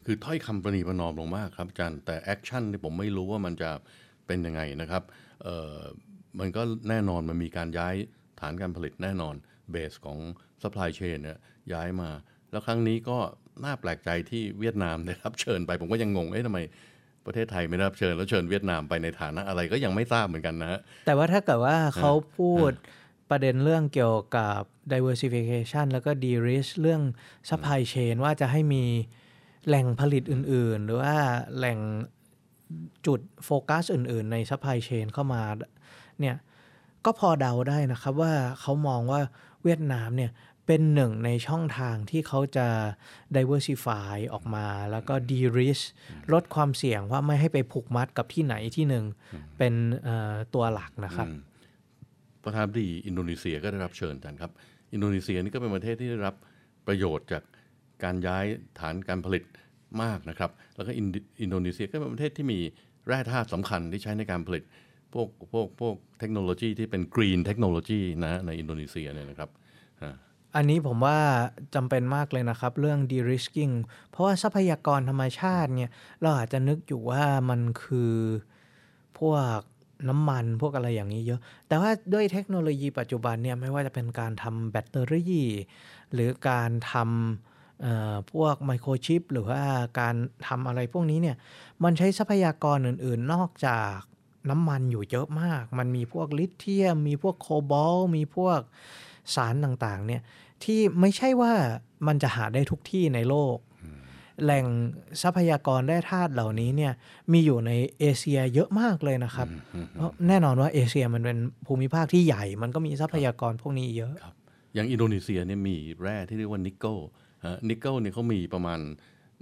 คือถ้อยคำประนีประนอมลงมากครับอาจารย์แต่แอคชั่นที่ผมไม่รู้ว่ามันจะเป็นยังไงนะครับมันก็แน่นอนมันมีการย้ายฐานการผลิตแน่นอนเบสของ supply chain เนี่ยย้ายมาแล้วครั้งนี้ก็น่าแปลกใจที่เวียดนามได้รับเชิญไปผมก็ยังงงทำไมประเทศไทยไม่ได้รับเชิญแล้วเชิญเวียดนามไปในฐานะอะไรก็ยังไม่ทราบเหมือนกันนะฮะแต่ว่าถ้าเกิดว่าเขาพูดประเด็นเรื่องเกี่ยวกับ diversification แล้วก็ de-risk เรื่อง supply chain ว่าจะให้มีแหล่งผลิตอื่นๆหรือว่าแหล่งจุดโฟกัสอื่นๆใน supply chain เข้ามาเนี่ยก็พอเดาได้นะครับว่าเขามองว่าเวียดนามเนี่ยเป็นหนึ่งในช่องทางที่เขาจะ diversify ออกมาแล้วก็ de-risk ลดความเสี่ยงว่าไม่ให้ไปผูกมัดกับที่ไหนที่หนึ่งเป็นตัวหลักนะครับประธานาธิบดีอินโดนีเซียก็ได้รับเชิญกันครับอินโดนีเซียนี่ก็เป็นประเทศที่ได้รับประโยชน์จากการย้ายฐานการผลิตมากนะครับแล้วก็อินโดนีเซียก็เป็นประเทศที่มีแร่ธาตุสำคัญที่ใช้ในการผลิตพวกเทคโนโลยีที่เป็น green technology นะในอินโดนีเซียเนี่ยนะครับอันนี้ผมว่าจำเป็นมากเลยนะครับเรื่อง de-risking เพราะว่าทรัพยากรธรรมชาติเนี่ยเราอาจจะนึกอยู่ว่ามันคือพวกน้ำมันพวกอะไรอย่างนี้เยอะแต่ว่าด้วยเทคโนโลยีปัจจุบันเนี่ยไม่ว่าจะเป็นการทำแบตเตอรี่หรือการทำพวกไมโครชิปหรือว่าการทำอะไรพวกนี้เนี่ยมันใช้ทรัพยากรอื่นๆนอกจากน้ำมันอยู่เยอะมากมันมีพวกลิเธียมมีพวกโคบอลต์มีพวกสารต่างๆเนี่ยที่ไม่ใช่ว่ามันจะหาได้ทุกที่ในโลกแหล่งทรัพยากรแร่ธาตุเหล่านี้เนี่ยมีอยู่ในเอเชียเยอะมากเลยนะครับเพราะแน่นอนว่าเอเชียมันเป็นภูมิภาคที่ใหญ่มันก็มีทรัพยากรพวกนี้เยอะอย่างอินโดนีเซียเนี่ยมีแร่ที่เรียกว่านิกเกิลเนี่ยเขามีประมาณ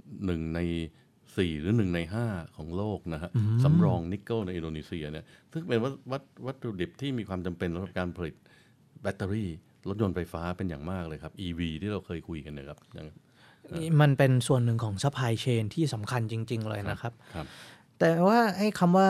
1 ใน 4หรือ1 ใน 5ของโลกนะฮะสำรองนิกเกิลในอินโดนีเซียเนี่ยซึ่งเป็นวัตถุดิบที่มีความจำเป็นสำหรับการผลิตแบตเตอรี่รถยนต์ไฟฟ้าเป็นอย่างมากเลยครับ EV ที่เราเคยคุยกันนะครับมันเป็นส่วนหนึ่งของ supply chain ที่สำคัญจริงๆเลยนะครับแต่ว่าไอ้คำว่า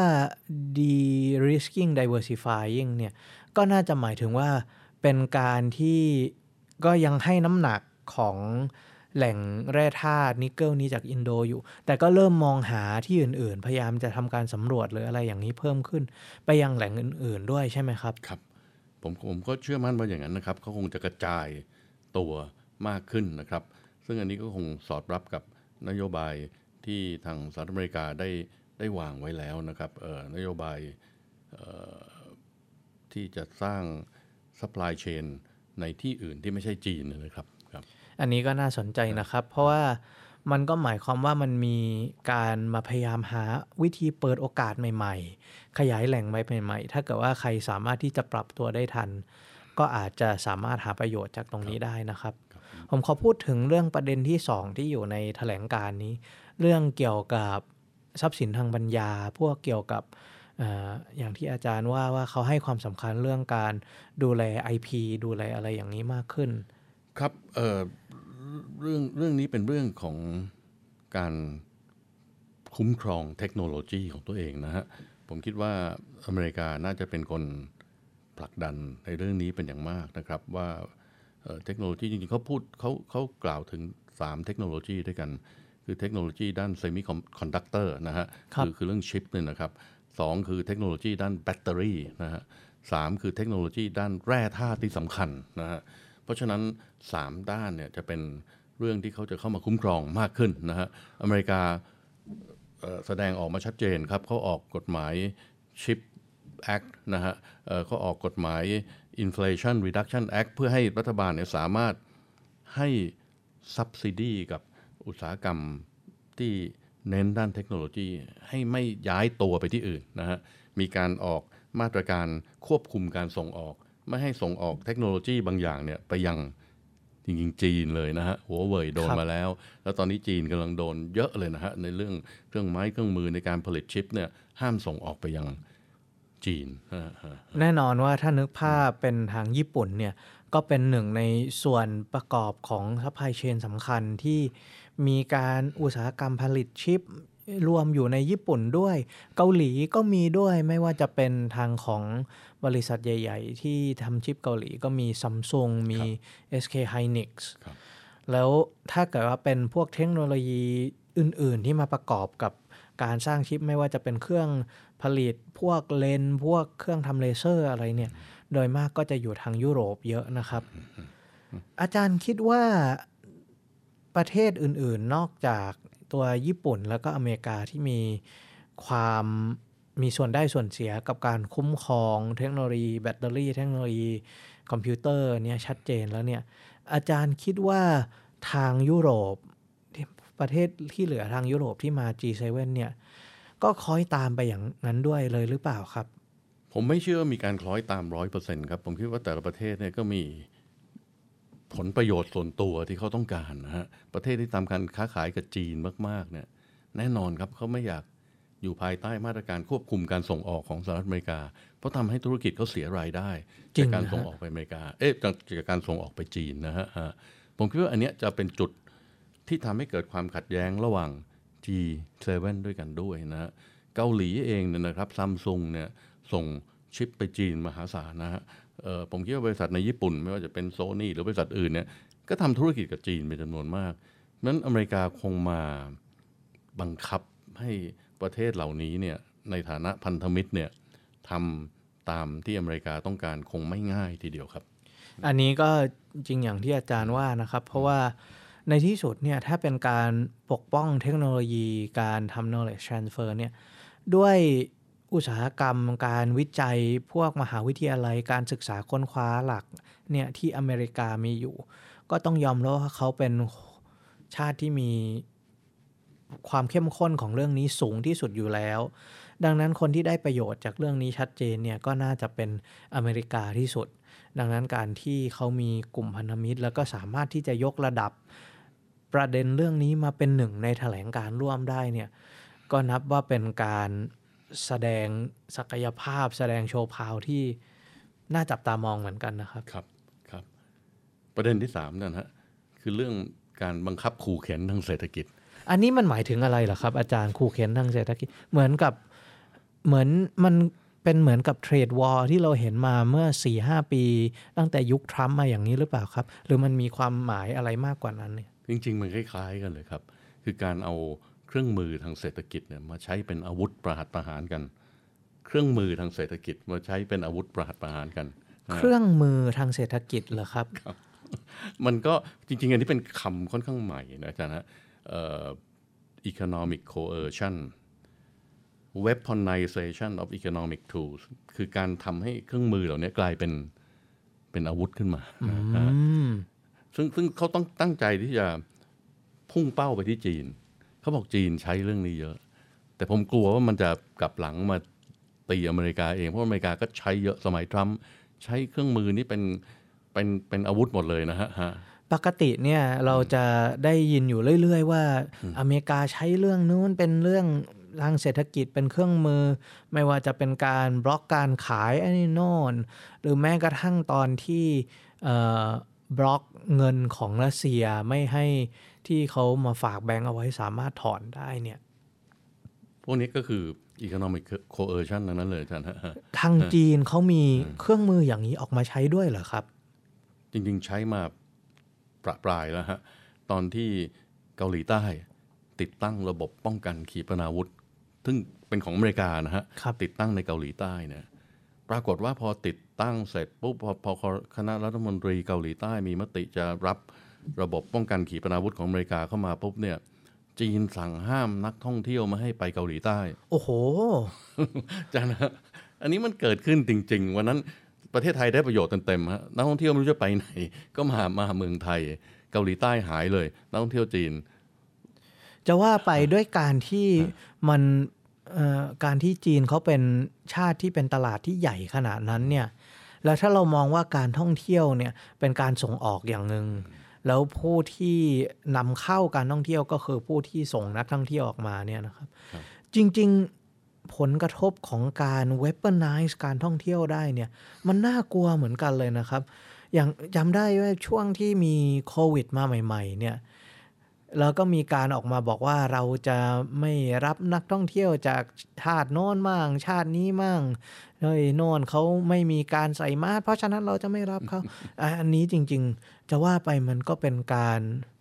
de-risking diversifying เนี่ยก็น่าจะหมายถึงว่าเป็นการที่ก็ยังให้น้ำหนักของแหล่งแร่ธาตุนิกเกิลนี้จากอินโดอยู่แต่ก็เริ่มมองหาที่อื่นๆพยายามจะทำการสำรวจหรืออะไรอย่างนี้เพิ่มขึ้นไปยังแหล่งอื่นๆด้วยใช่ไหมครับครับผมก็เชื่อมั่นว่าอย่างนั้นนะครับเขาคงจะกระจายตัวมากขึ้นนะครับซึ่งอันนี้ก็คงสอดรับกับนโยบายที่ทางสหรัฐอเมริกาได้วางไว้แล้วนะครับนโยบายที่จะสร้าง supply chain ในที่อื่นที่ไม่ใช่จีนนะครับอันนี้ก็น่าสนใจนะครับเพราะว่ามันก็หมายความว่ามันมีการมาพยายามหาวิธีเปิดโอกาสใหม่ๆขยายแหล่งใหม่ๆถ้าเกิดว่าใครสามารถที่จะปรับตัวได้ทันก็อาจจะสามารถหาประโยชน์จากตรงนี้ได้นะครับผมขอพูดถึงเรื่องประเด็นที่2ที่อยู่ในแถลงการนี้เรื่องเกี่ยวกับทรัพย์สินทางปัญญาพวกเกี่ยวกับอย่างที่อาจารย์ว่าเขาให้ความสำคัญเรื่องการดูแล IP ดูแลอะไรอย่างนี้มากขึ้นครับเรื่องนี้เป็นเรื่องของการคุ้มครองเทคโนโลยีของตัวเองนะฮะผมคิดว่าอเมริกาน่าจะเป็นคนผลักดันในเรื่องนี้เป็นอย่างมากนะครับว่าเทคโนโลยีจริงๆเขากล่าวถึง3เทคโนโลยีด้วยกันคือเทคโนโลยีด้านเซมิคอนดักเตอร์นะฮะคือเรื่องชิปเนี่ยนะครับ2คือเทคโนโลยีด้านแบตเตอรี่นะฮะ3คือเทคโนโลยีด้านแร่ธาตุที่สำคัญนะฮะเพราะฉะนั้น3ด้านเนี่ยจะเป็นเรื่องที่เขาจะเข้ามาคุ้มครองมากขึ้นนะฮะอเมริกาแสดงออกมาชัดเจนครับเขาออกกฎหมาย Chip Act นะฮะเขาออกกฎหมาย Inflation Reduction Act เพื่อให้รัฐบาลเนี่ยสามารถให้ subsidy กับอุตสาหกรรมที่เน้นด้านเทคโนโลยีให้ไม่ย้ายตัวไปที่อื่นนะฮะมีการออกมาตรการควบคุมการส่งออกไม่ให้ส่งออกเทคโนโลยีบางอย่างเนี่ยไปยังจริงๆจีนเลยนะฮะหัวเว่ยโดนมาแล้วตอนนี้จีนกำลังโดนเยอะเลยนะฮะในเรื่องเครื่องไม้เครื่องมือในการผลิตชิปเนี่ยห้ามส่งออกไปยังจีนแน่นอนว่าถ้านึกภาพเป็นทางญี่ปุ่นเนี่ยก็เป็นหนึ่งในส่วนประกอบของซัพพลายเชนสำคัญที่มีการอุตสาหกรรมผลิตชิปรวมอยู่ในญี่ปุ่นด้วยเกาหลีก็มีด้วยไม่ว่าจะเป็นทางของบริษัทใหญ่ๆที่ทำชิปเกาหลีก็มี Samsung มี SK Hynix แล้วถ้าเกิดว่าเป็นพวกเทคโนโลยีออื่นๆที่มาประกอบกับการสร้างชิปไม่ว่าจะเป็นเครื่องผลิตพวกเลนส์พวกเครื่องทำเลเซอร์อะไรเนี่ยโดยมากก็จะอยู่ทางยุโรปเยอะนะครับอาจารย์คิดว่าประเทศอื่นๆนอกจากตัวญี่ปุ่นแล้วก็อเมริกาที่มีส่วนได้ส่วนเสียกับการคุ้มครองเทคโนโลยีแบตเตอรี่เทคโนโลยีคอมพิวเตอร์เนี่ยชัดเจนแล้วเนี่ยอาจารย์คิดว่าทางยุโรปประเทศที่เหลือทางยุโรปที่มา G7 เนี่ยก็คล้อยตามไปอย่างนั้นด้วยเลยหรือเปล่าครับผมไม่เชื่อว่ามีการคล้อยตาม 100% ครับผมคิดว่าแต่ละประเทศเนี่ยก็มีผลประโยชน์ส่วนตัวที่เขาต้องการนะฮะประเทศที่ทำการค้าขายกับจีนมากๆเนี่ยแน่นอนครับเขาไม่อยากอยู่ภายใต้มาตรการควบคุมการส่งออกของสหรัฐอเมริกาเพราะทำให้ธุรกิจเขาเสียรายได้จากการส่งออกไปอเมริกาจากการส่งออกไปจีนนะฮะผมคิดว่าอันเนี้ยจะเป็นจุดที่ทำให้เกิดความขัดแย้งระหว่าง G7 ด้วยกันด้วยนะฮะเกาหลีเองเนี่ยนะครับซัมซุงเนี่ยส่งชิปไปจีนมหาศาลนะฮะผมคิดว่าบริษัทในญี่ปุ่นไม่ว่าจะเป็นโซนี่หรือบริษัทอื่นเนี่ยก็ทำธุรกิจกับจีนเป็นจำนวนมากนั้นอเมริกาคงมาบังคับให้ประเทศเหล่านี้เนี่ยในฐานะพันธมิตรเนี่ยทำตามที่อเมริกาต้องการคงไม่ง่ายทีเดียวครับอันนี้ก็จริงอย่างที่อาจารย์ว่านะครับเพราะว่าในที่สุดเนี่ยถ้าเป็นการปกป้องเทคโนโลยีการทำ knowledge transfer เนี่ยด้วยอุตสาหกรรมการวิจัยพวกมหาวิทยาลัยการศึกษาค้นคว้าหลักเนี่ยที่อเมริกามีอยู่ก็ต้องยอมรับว่าเขาเป็นชาติที่มีความเข้มข้นของเรื่องนี้สูงที่สุดอยู่แล้วดังนั้นคนที่ได้ประโยชน์จากเรื่องนี้ชัดเจนเนี่ยก็น่าจะเป็นอเมริกาที่สุดดังนั้นการที่เขามีกลุ่มพันธมิตรแล้วก็สามารถที่จะยกระดับประเด็นเรื่องนี้มาเป็นหนึ่งในแถลงการร่วมได้เนี่ยก็นับว่าเป็นการแสดงศักยภาพแสดงโชว์พาวที่น่าจับตามองเหมือนกันนะครับครับประเด็นที่3นั่นฮะคือเรื่องการบังคับขู่เข็นทางเศรษฐกิจอันนี้มันหมายถึงอะไรเหรอครับอาจารย์ขู่เข็นทางเศรษฐกิจเหมือนมันเป็นเหมือนกับเทรดวอร์ที่เราเห็นมาเมื่อ 4-5 ปีตั้งแต่ยุคทรัมป์มาอย่างนี้หรือเปล่าครับหรือมันมีความหมายอะไรมากกว่านั้นเนี่ยจริงๆมันคล้ายๆกันเลยครับคือการเอาเครื่องมือทางเศรษฐกิจเนี่ยมาใช้เป็นอาวุธประหัตประหารกันเครื่องมือทางเศรษฐกิจมาใช้เป็นอาวุธประหัตประหารกันเครื่องมือทางเศรษฐกิจเหรอครับมันก็จริงๆอันนี้เป็นคำค่อนข้างใหม่นะอาจารย์นะeconomic coercion weaponization of economic tools คือการทำให้เครื่องมือเหล่านี้กลายเป็นอาวุธขึ้นมาซึ่งเขาต้องตั้งใจที่จะพุ่งเป้าไปที่จีนเขาบอกจีนใช้เรื่องนี้เยอะแต่ผมกลัวว่ามันจะกลับหลังมาตีอเมริกาเองเพราะอเมริกาก็ใช้เยอะสมัยทรัมป์ใช้เครื่องมือนี้เป็นอาวุธหมดเลยนะฮะปกติเนี่ยเราจะได้ยินอยู่เรื่อยๆว่าอเมริกาใช้เรื่องนู้นเป็นเรื่องทางเศรษฐกิจเป็นเครื่องมือไม่ว่าจะเป็นการบล็อกการขายไอ้นี่โน่นหรือแม้กระทั่งตอนที่บล็อกเงินของรัสเซียไม่ให้ที่เขามาฝากแบงก์เอาไว้สามารถถอนได้เนี่ยพวกนี้ก็คือ economic coercion นั้นเลยอาจารย์ทางจีนเขามีเครื่องมืออย่างนี้ออกมาใช้ด้วยเหรอครับจริงๆใช้มาประปรายแล้วฮะตอนที่เกาหลีใต้ติดตั้งระบบป้องกันขีปนาวุธซึ่งเป็นของอเมริกานะฮะติดตั้งในเกาหลีใต้เนี่ยปรากฏว่าพอติดตั้งเสร็จปุ๊บพอคณะรัฐมนตรีเกาหลีใต้มีมติจะรับระบบป้องกันขีปนาวุธของอเมริกาเข้ามาปุ๊บเนี่ยจีนสั่งห้ามนักท่องเที่ยวไม่ให้ไปเกาหลีใต้โอ้โหจ้านะอันนี้มันเกิดขึ้นจริงๆวันนั้นประเทศไทยได้ประโยชน์เต็มๆฮะนักท่องเที่ยวไม่รู้จะไปไหนก็มาเมืองไทยเกาหลีใต้หายเลยนักท่องเที่ยวจีนจะว่าไปด้วยการที่มันการที่จีนเขาเป็นชาติที่เป็นตลาดที่ใหญ่ขนาดนั้นเนี่ยแล้วถ้าเรามองว่าการท่องเที่ยวเนี่ยเป็นการส่งออกอย่างนึงแล้วผู้ที่นำเข้าการท่องเที่ยวก็คือผู้ที่ส่งนักท่องเที่ยวออกมาเนี่ยนะครับจริงๆผลกระทบของการ weaponize การท่องเที่ยวได้เนี่ยมันน่ากลัวเหมือนกันเลยนะครับอย่างจำได้ว่าช่วงที่มีโควิดมาใหม่ๆเนี่ยแล้วก็มีการออกมาบอกว่าเราจะไม่รับนักท่องเที่ยวจากชาติโน้นมั่งชาตินี้มั่งโน่นเขาไม่มีการใส่มาสก์เพราะฉะนั้นเราจะไม่รับเขา อันนี้จริงๆจะว่าไปมันก็เป็นการ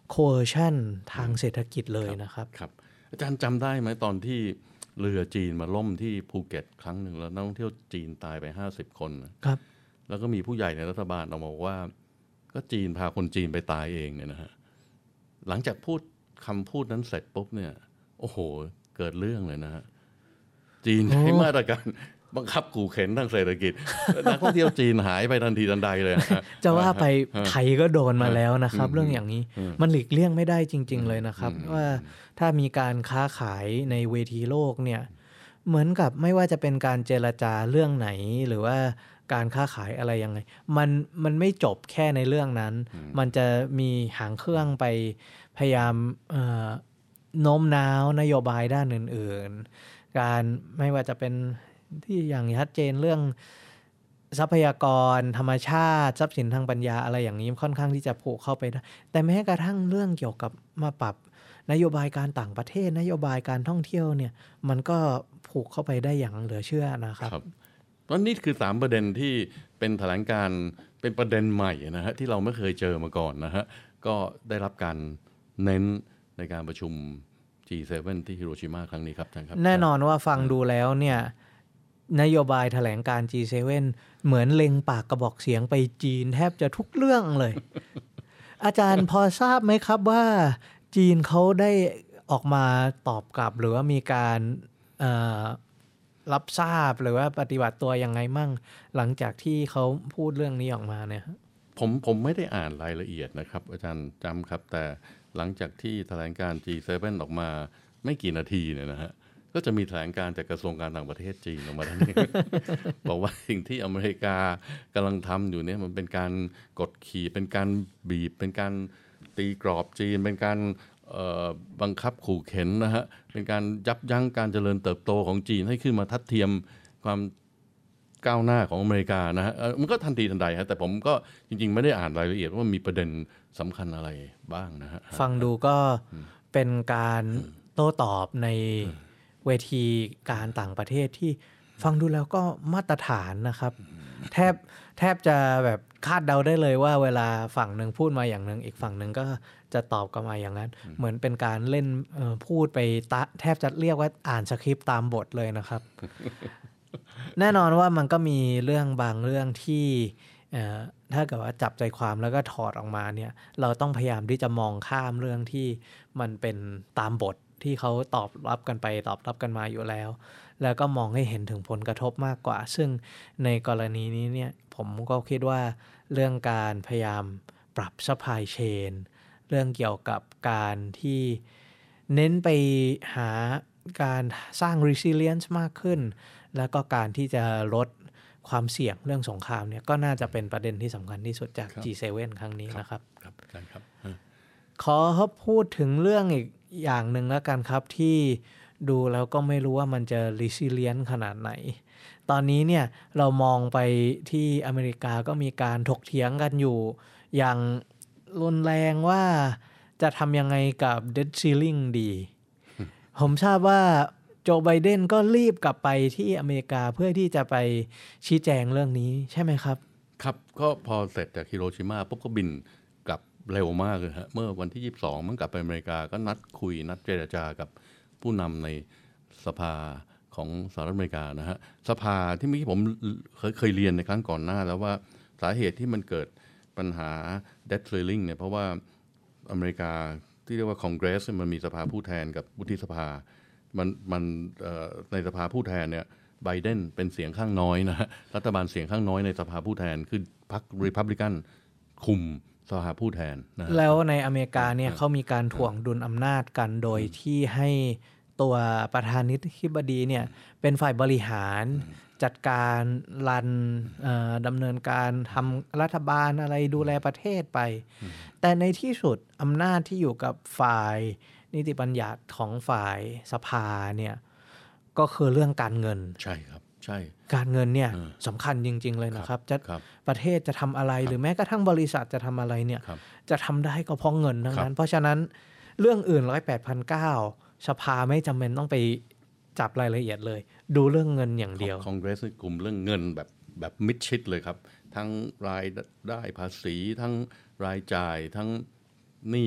coercion ทางเศรษฐกิจเลยนะครับครับอาจารย์จำได้ไหมตอนที่เรือจีนมาล่มที่ภูเก็ตครั้งหนึ่งแล้วนักท่องเที่ยวจีนตายไป50 คนครับแล้วก็มีผู้ใหญ่ในรัฐบาลออกมาบอกว่าก็จีนพาคนจีนไปตายเองเนี่ยนะฮะหลังจากพูดคำพูดนั้นเสร็จปุ๊บเนี่ยโอ้โหเกิดเรื่องเลยนะฮะจีนใช้มาตรการบังคับขู่เข็นทางเศรษฐกิจนักท่องเที่ยวจีนหายไปทันทีทันใดเลยจะว่าไปไทยก็โดนมาแล้วนะครับเรื่องอย่างนี้มันหลีกเลี่ยงไม่ได้จริงๆเลยนะครับว่าถ้ามีการค้าขายในเวทีโลกเนี่ยเหมือนกับไม่ว่าจะเป็นการเจรจาเรื่องไหนหรือว่าการค้าขายอะไรยังไงมันไม่จบแค่ในเรื่องนั้นมันจะมีหางเครื่องไปพยายามโน้มน้าวนโยบายด้านอื่นๆการไม่ว่าจะเป็นที่อย่างชัดเจนเรื่องทรัพยากรธรรมชาติทรัพย์สินทางปัญญาอะไรอย่างนี้ค่อนข้างที่จะผูกเข้าไปได้แต่แม้กระทั่งเรื่องเกี่ยวกับมาปรับนโยบายการต่างประเทศนโยบายการท่องเที่ยวเนี่ยมันก็ผูกเข้าไปได้อย่างเหลือเชื่อนะครับตอนนี้คือ3ประเด็นที่เป็นแถลงการเป็นประเด็นใหม่นะฮะที่เราไม่เคยเจอมาก่อนนะฮะก็ได้รับการเน้นในการประชุม G7 ที่ฮิโรชิมาครั้งนี้ครับท่านครับแน่นอนว่าฟังดูแล้วเนี่ยนโยบายแถลงการ G7 เหมือนเล็งปากกระบอกเสียงไปจีนแทบจะทุกเรื่องเลย อาจารย์พอทราบไหมครับว่าจีนเขาได้ออกมาตอบกลับหรือว่ามีการรับทราบหรือว่าปฏิบัติตัวยังไงมั่งหลังจากที่เขาพูดเรื่องนี้ออกมาเนี่ยผมไม่ได้อ่านรายละเอียดนะครับอาจารย์จำครับแต่หลังจากที่แถลงการ G7 ออกมาไม่กี่นาทีเนี่ยนะฮะก็จะมีแถลงการจากกระทรวงการต่างประเทศจีนออกมาทันที บอกว่าสิ่งที่อเมริกากำลังทำอยู่เนี่ยมันเป็นการกดขี่เป็นการบีบเป็นการตีกรอบจีนเป็นการบังคับขู่เข็นนะฮะเป็นการยับยั้งการเจริญเติบโตของจีนให้ขึ้นมาทัดเทียมความก้าวหน้าของอเมริกานะฮะมันก็ทันทีทันใดฮะแต่ผมก็จริงๆไม่ได้อ่านรายละเอียดว่ามีประเด็นสำคัญอะไรบ้างนะฮะฟังดูก็เป็นการโต้ตอบในเวทีการต่างประเทศที่ฟังดูแล้วก็มาตรฐานนะครับแทบจะแบบคาดเดาได้เลยว่าเวลาฝั่งหนึ่งพูดมาอย่างหนึ่งอีกฝั่งหนึ่งก็จะตอบกลับมาอย่างนั้นเหมือนเป็นการเล่นพูดไปแทบจะเรียกว่าอ่านสคริปต์ตามบทเลยนะครับ แน่นอนว่ามันก็มีเรื่องบางเรื่องที่ถ้าเกิดว่าจับใจความแล้วก็ถอดออกมาเนี่ยเราต้องพยายามที่จะมองข้ามเรื่องที่มันเป็นตามบทที่เขาตอบรับกันไปตอบรับกันมาอยู่แล้วแล้วก็มองให้เห็นถึงผลกระทบมากกว่าซึ่งในกรณีนี้เนี่ยผมก็คิดว่าเรื่องการพยายามปรับ supply chain เรื่องเกี่ยวกับการที่เน้นไปหาการสร้าง resilience มากขึ้นแล้วก็การที่จะลดความเสี่ยงเรื่องสงครามเนี่ยก็น่าจะเป็นประเด็นที่สำคัญที่สุดจาก G7 ครั้งนี้นะครับขอพูดถึงเรื่องอีกอย่างหนึ่งแล้วกันครับที่ดูแล้วก็ไม่รู้ว่ามันจะ resilient ขนาดไหนตอนนี้เนี่ยเรามองไปที่อเมริกาก็มีการถกเถียงกันอยู่อย่างรุนแรงว่าจะทำยังไงกับ debt ceiling ดีผมทราบว่าโจไบเดนก็รีบกลับไปที่อเมริกาเพื่อที่จะไปชี้แจงเรื่องนี้ใช่ไหมครับครับก็พอเสร็จจากฮิโรชิมาปุ๊บก็บินกลับเร็วมากเลยฮะเมื่อวันที่22มันกลับไปอเมริกาก็นัดคุยนัดเจรจากับผู้นำในสภาของสหรัฐอเมริกานะฮะสภาที่เมื่อกี้ผมเคยเรียนในครั้งก่อนหน้าแล้วว่าสาเหตุที่มันเกิดปัญหา debt ceiling เนี่ยเพราะว่าอเมริกาที่เรียกว่าคองเกรสมันมีสภาผู้แทนกับวุฒิสภามันในสภาผู้แทนเนี่ยไบเดนเป็นเสียงข้างน้อยนะฮะรัฐบาลเสียงข้างน้อยในสภาผู้แทนคือพรรครีพับลิกันคุมสภาผู้แทนนะแล้วในอเมริกาเนี่ยเขามีการถ่วงดุลอำนาจกันโดยที่ให้ตัวประธานาธิบดีเนี่ยเป็นฝ่ายบริหารจัดการรันดำเนินการทำรัฐบาลอะไรดูแลประเทศไปแต่ในที่สุดอำนาจที่อยู่กับฝ่ายนิติบัญญัติของฝ่ายสภาเนี่ยก็คือเรื่องการเงินใช่ครับใช่การเงินเนี่ยสำคัญจริงๆเลยนะครับจะประเทศจะทำอะไรหรือแม้กระทั่งบริษัทจะทำอะไรเนี่ยจะทำได้ก็เพราะเงินทั้งนั้นเพราะฉะนั้นเรื่องอื่น108,900สภาไม่จำเป็นต้องไปจับรายละเอียดเลยดูเรื่องเงินอย่างเดียวคอนเกรสกลุ่มเรื่องเงินแบบมิดชิดเลยครับทั้งรายได้ภาษีทั้งรายจ่ายทั้งหนี้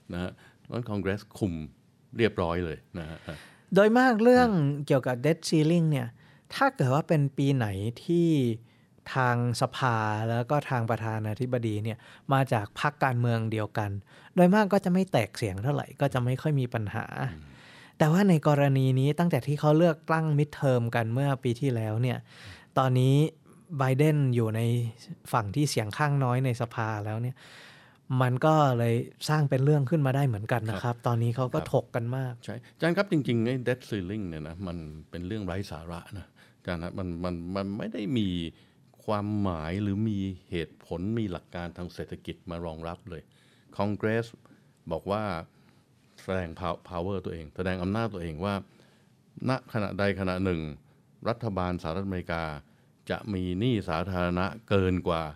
นะฮะนั้นคอนเกรสคุมเรียบร้อยเลยนะฮะโดยมากเรื่องเกี่ยวกับ debt ceiling เนี่ยถ้าเกิดว่าเป็นปีไหนที่ทางสภาแล้วก็ทางประธานาธิบดีเนี่ยมาจากพรรคการเมืองเดียวกันโดยมากก็จะไม่แตกเสียงเท่าไหร่ก็จะไม่ค่อยมีปัญหาแต่ว่าในกรณีนี้ตั้งแต่ที่เขาเลือกตั้งมิดเทอมกันเมื่อปีที่แล้วเนี่ยตอนนี้ไบเดนอยู่ในฝั่งที่เสียงข้างน้อยในสภาแล้วเนี่ยมันก็เลยสร้างเป็นเรื่องขึ้นมาได้เหมือนกันนะครับตอนนี้เขาก็ถกกันมากใช่อาจารย์ครับจริงๆไอ้ debt ceiling เนี่ยนะมันเป็นเรื่องไร้สาระนะอาจารย์นะมันไม่ได้มีความหมายหรือมีเหตุผลมีหลักการทางเศรษฐกิจมารองรับเลยคอนเกรสบอกว่าแสดง power ตัวเองแสดงอำนาจตัวเองว่าณขณะใดขณะหนึ่งรัฐบาลสหรัฐอเมริกาจะมีหนี้สาธารณะเกินกว่า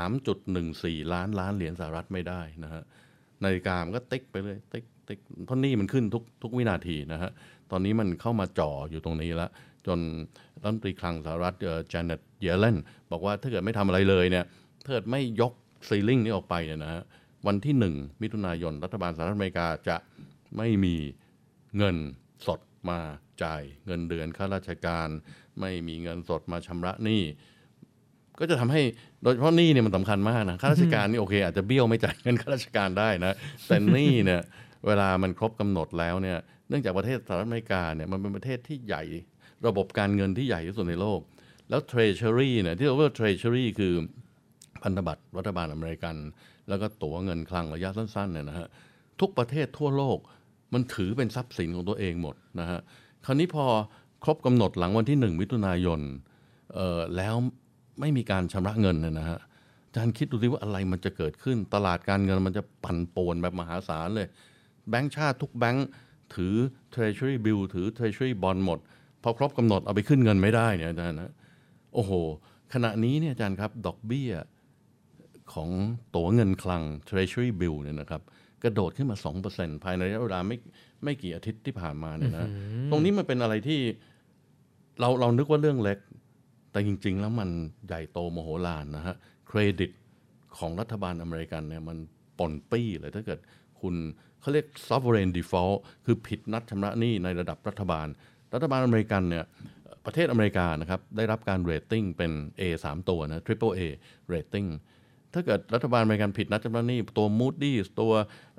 3.14 ล้านล้านเหรียญสหรัฐไม่ได้นะฮะนาฬิกามันก็ติ๊กไปเลยติ๊กเพราะหนี้มันขึ้นทุกวินาทีนะฮะตอนนี้มันเข้ามาจ่ออยู่ตรงนี้แล้วจนรัฐมนตรีคลังสหรัฐจาเน็ตเยเลนบอกว่าถ้าเกิดไม่ทำอะไรเลยเนี่ยถ้าเกิดไม่ยกซีลิ่งนี้ออกไปเนี่ยนะฮะวันที่1มิถุนายนรัฐบาลสหรัฐอเมริกาจะไม่มีเงินสดมาจ่ายเงินเดือนข้าราชการไม่มีเงินสดมาชำระหนี้ก็จะทำให้โดยเฉพาะหนี้เนี่ยมันสำคัญมากนะข้าราชการนี่โอเคอาจจะเบี้ยวไม่จ่ายเงินข้าราชการได้นะแต่หนี้เนี่ยเวลามันครบกำหนดแล้วเนี่ยเนื่องจากประเทศสหรัฐอเมริกาเนี่ยมันเป็นประเทศที่ใหญ่ระบบการเงินที่ใหญ่ที่สุดในโลกแล้ว Treasury เนี่ยที่เรียกว่า Treasury คือพันธบัตรรัฐบาลอเมริกันแล้วก็ตั๋วเงินคลังระยะสั้นๆเนี่ยนะฮะทุกประเทศทั่วโลกมันถือเป็นทรัพย์สินของตัวเองหมดนะฮะคราวนี้พอครบกำหนดหลังวันที่1มิถุนายนแล้วไม่มีการชำระเงินเนี่ยนะฮะอาจารย์คิดดูสิว่าอะไรมันจะเกิดขึ้นตลาดการเงินมันจะปั่นป่วนแบบมหาศาลเลยแบงก์ชาติทุกแบงก์ถือ Treasury Bill ถือ Treasury Bond หมดพอครบกำหนดเอาไปขึ้นเงินไม่ได้เนี่ยอาจารย์นะโอ้โหขณะนี้เนี่ยอาจารย์ครับดอกเบี้ยของตั๋วเงินคลัง Treasury Bill เนี่ยนะครับกระโดดขึ้นมา 2% ภายในระยะเวลาไม่กี่อาทิตย์ที่ผ่านมาเนี่ยนะตรงนี้มันเป็นอะไรที่เรานึกว่าเรื่องเล็กแต่จริงๆแล้วมันใหญ่โตมโหฬารนะฮะเครดิตของรัฐบาลอเมริกันเนี่ยมันป่นปี้เลยถ้าเกิดคุณเขาเรียก sovereign default คือผิดนัดชำระหนี้ในระดับรัฐบาลอเมริกันเนี่ยประเทศอเมริกานะครับได้รับการเรตติ้งเป็น A 3 ตัวนะ Triple A rating ถ้าเกิดรัฐบาลอเมริกันผิดนัดชำระหนี้ตัว Moody's ตัว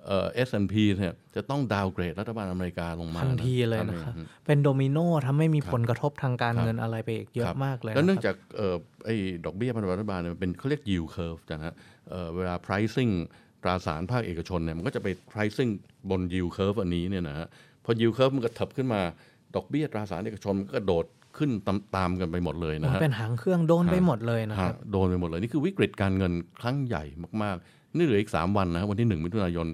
S&P เนี่ยจะต้องดาวเกรดรัฐบาลอเมริกาลงมาทันทีเลยนะครับเป็นโดมิโนทำให้มีผลกระทบทางการเงินอะไรไปอีกเยอะมากเลยแล้วเนื่องจากไอ้ดอกเบี้ยพันธบัตรรัฐบาลเนี่ยเป็นเขาเรียก yield curve นะฮะเวลา pricing ตราสารภาคเอกชนเนี่ยมันก็จะไป pricing บน yield curve อันนี้เนี่ยนะฮะพอ yield curve มันก็เถิบขึ้นมาดอกเบี้ยตราสารเอกชนก็โดดขึ้นตามกันไปหมดเลยนะฮะเป็นหางเครื่องโดนไปหมดเลยนะครับโดนไปหมดเลยนี่คือวิกฤตการเงินครั้งใหญ่มากๆนี่เหลืออีก3วันนะวันที่1มิถุนายน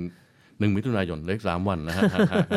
1มิถุนายนเหลืออีก3วันนะฮะ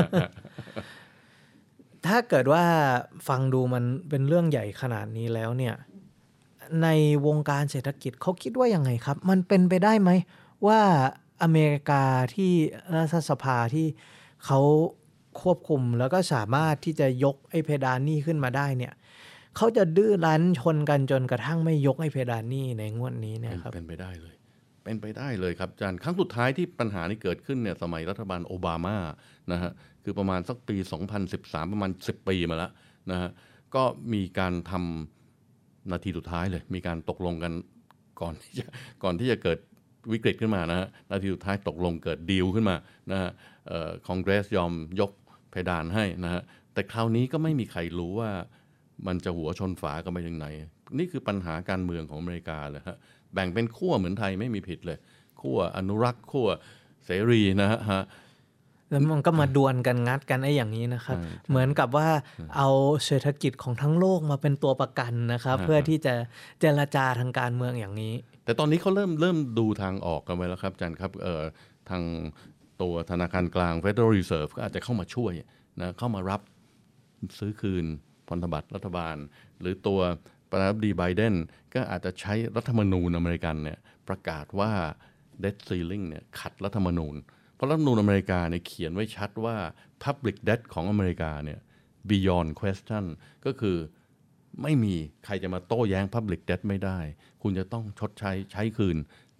ถ้าเกิดว่าฟังดูมันเป็นเรื่องใหญ่ขนาดนี้แล้วเนี่ยในวงการเศรษฐกิจเขาคิดว่ายังไงครับมันเป็นไปได้ไหมว่าอเมริกาที่รัฐสภาที่เขาควบคุมแล้วก็สามารถที่จะยกไอ้เพดานหนี้ขึ้นมาได้เนี่ยเขาจะดื้อรั้นชนกันจนกระทั่งไม่ยกไอ้เพดานหนี้ในงวดนี้เนี่ยครับเป็นไปได้เลยครับอาจารย์ครั้งสุดท้ายที่ปัญหานี้เกิดขึ้นเนี่ยสมัยรัฐบาลโอบามานะฮะคือประมาณสักปี2013ประมาณ10ปีมาแล้วนะฮะก็มีการทำนาทีสุดท้ายเลยมีการตกลงกันก่อนที่จะเกิดวิกฤตขึ้นมานะฮะนาทีสุดท้ายตกลงเกิดดีลขึ้นมานะฮะคอนเกรสยอมยกเพดานให้นะฮะแต่คราวนี้ก็ไม่มีใครรู้ว่ามันจะหัวชนฝากันไปถึงไหนนี่คือปัญหาการเมืองของอเมริกาเลยฮะแบ่งเป็นขั้วเหมือนไทยไม่มีผิดเลยขั้วอนุรักษ์ขั้วเสรีนะฮะแล้วมันก็มาดวลกันงัดกันไอ้อย่างนี้นะครับเหมือนกับว่าเอาเศรษฐกิจของทั้งโลกมาเป็นตัวประกันนะครับเพื่อที่จะเจรจาทางการเมืองอย่างนี้แต่ตอนนี้เขาเริ่มดูทางออกกันไปแล้วครับอาจารย์ครับทางตัวธนาคารกลาง Federal Reserve ก็อาจจะเข้ามาช่วยนะเข้ามารับซื้อคืนพันธบัตรรัฐบาลหรือตัวประธานาธิบดีไบเดนก็อาจจะใช้รัฐธรรมนูญอเมริกันเนี่ยประกาศว่า debt ceiling เนี่ยขัดรัฐธรรมนูญเพราะรัฐธรรมนูญอเมริกาเนี่ยเขียนไว้ชัดว่า public debt ของอเมริกาเนี่ย beyond question ก็คือไม่มีใครจะมาโต้แย้ง public debt ไม่ได้คุณจะต้องชดใช้คืน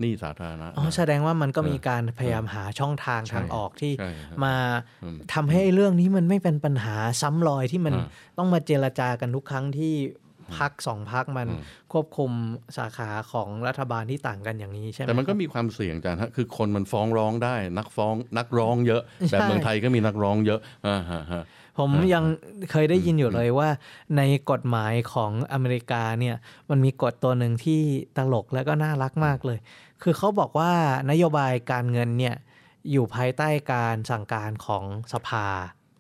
หนี้สาธารณะแสดงว่ามันก็มีการพยายามหาช่องทางทางออกที่มาทำให้เรื่องนี้มันไม่เป็นปัญหาซ้ำรอยที่มันต้องมาเจรจากันทุกครั้งที่พรรค2พรรคมันควบคุมสาขาของรัฐบาลที่ต่างกันอย่างนี้ใช่ไหมแต่มันก็มีความเสี่ยงจังฮะคือคนมันฟ้องร้องได้นักร้องเยอะแบบเมืองไทยก็มีนักร้องเยอะผมยังเคยได้ยินอยู่เลยว่าในกฎหมายของอเมริกาเนี่ยมันมีกฎตัวหนึ่งที่ตลกและก็น่ารักมากเลยคือเขาบอกว่านโยบายการเงินเนี่ยอยู่ภายใต้การสั่งการของสภา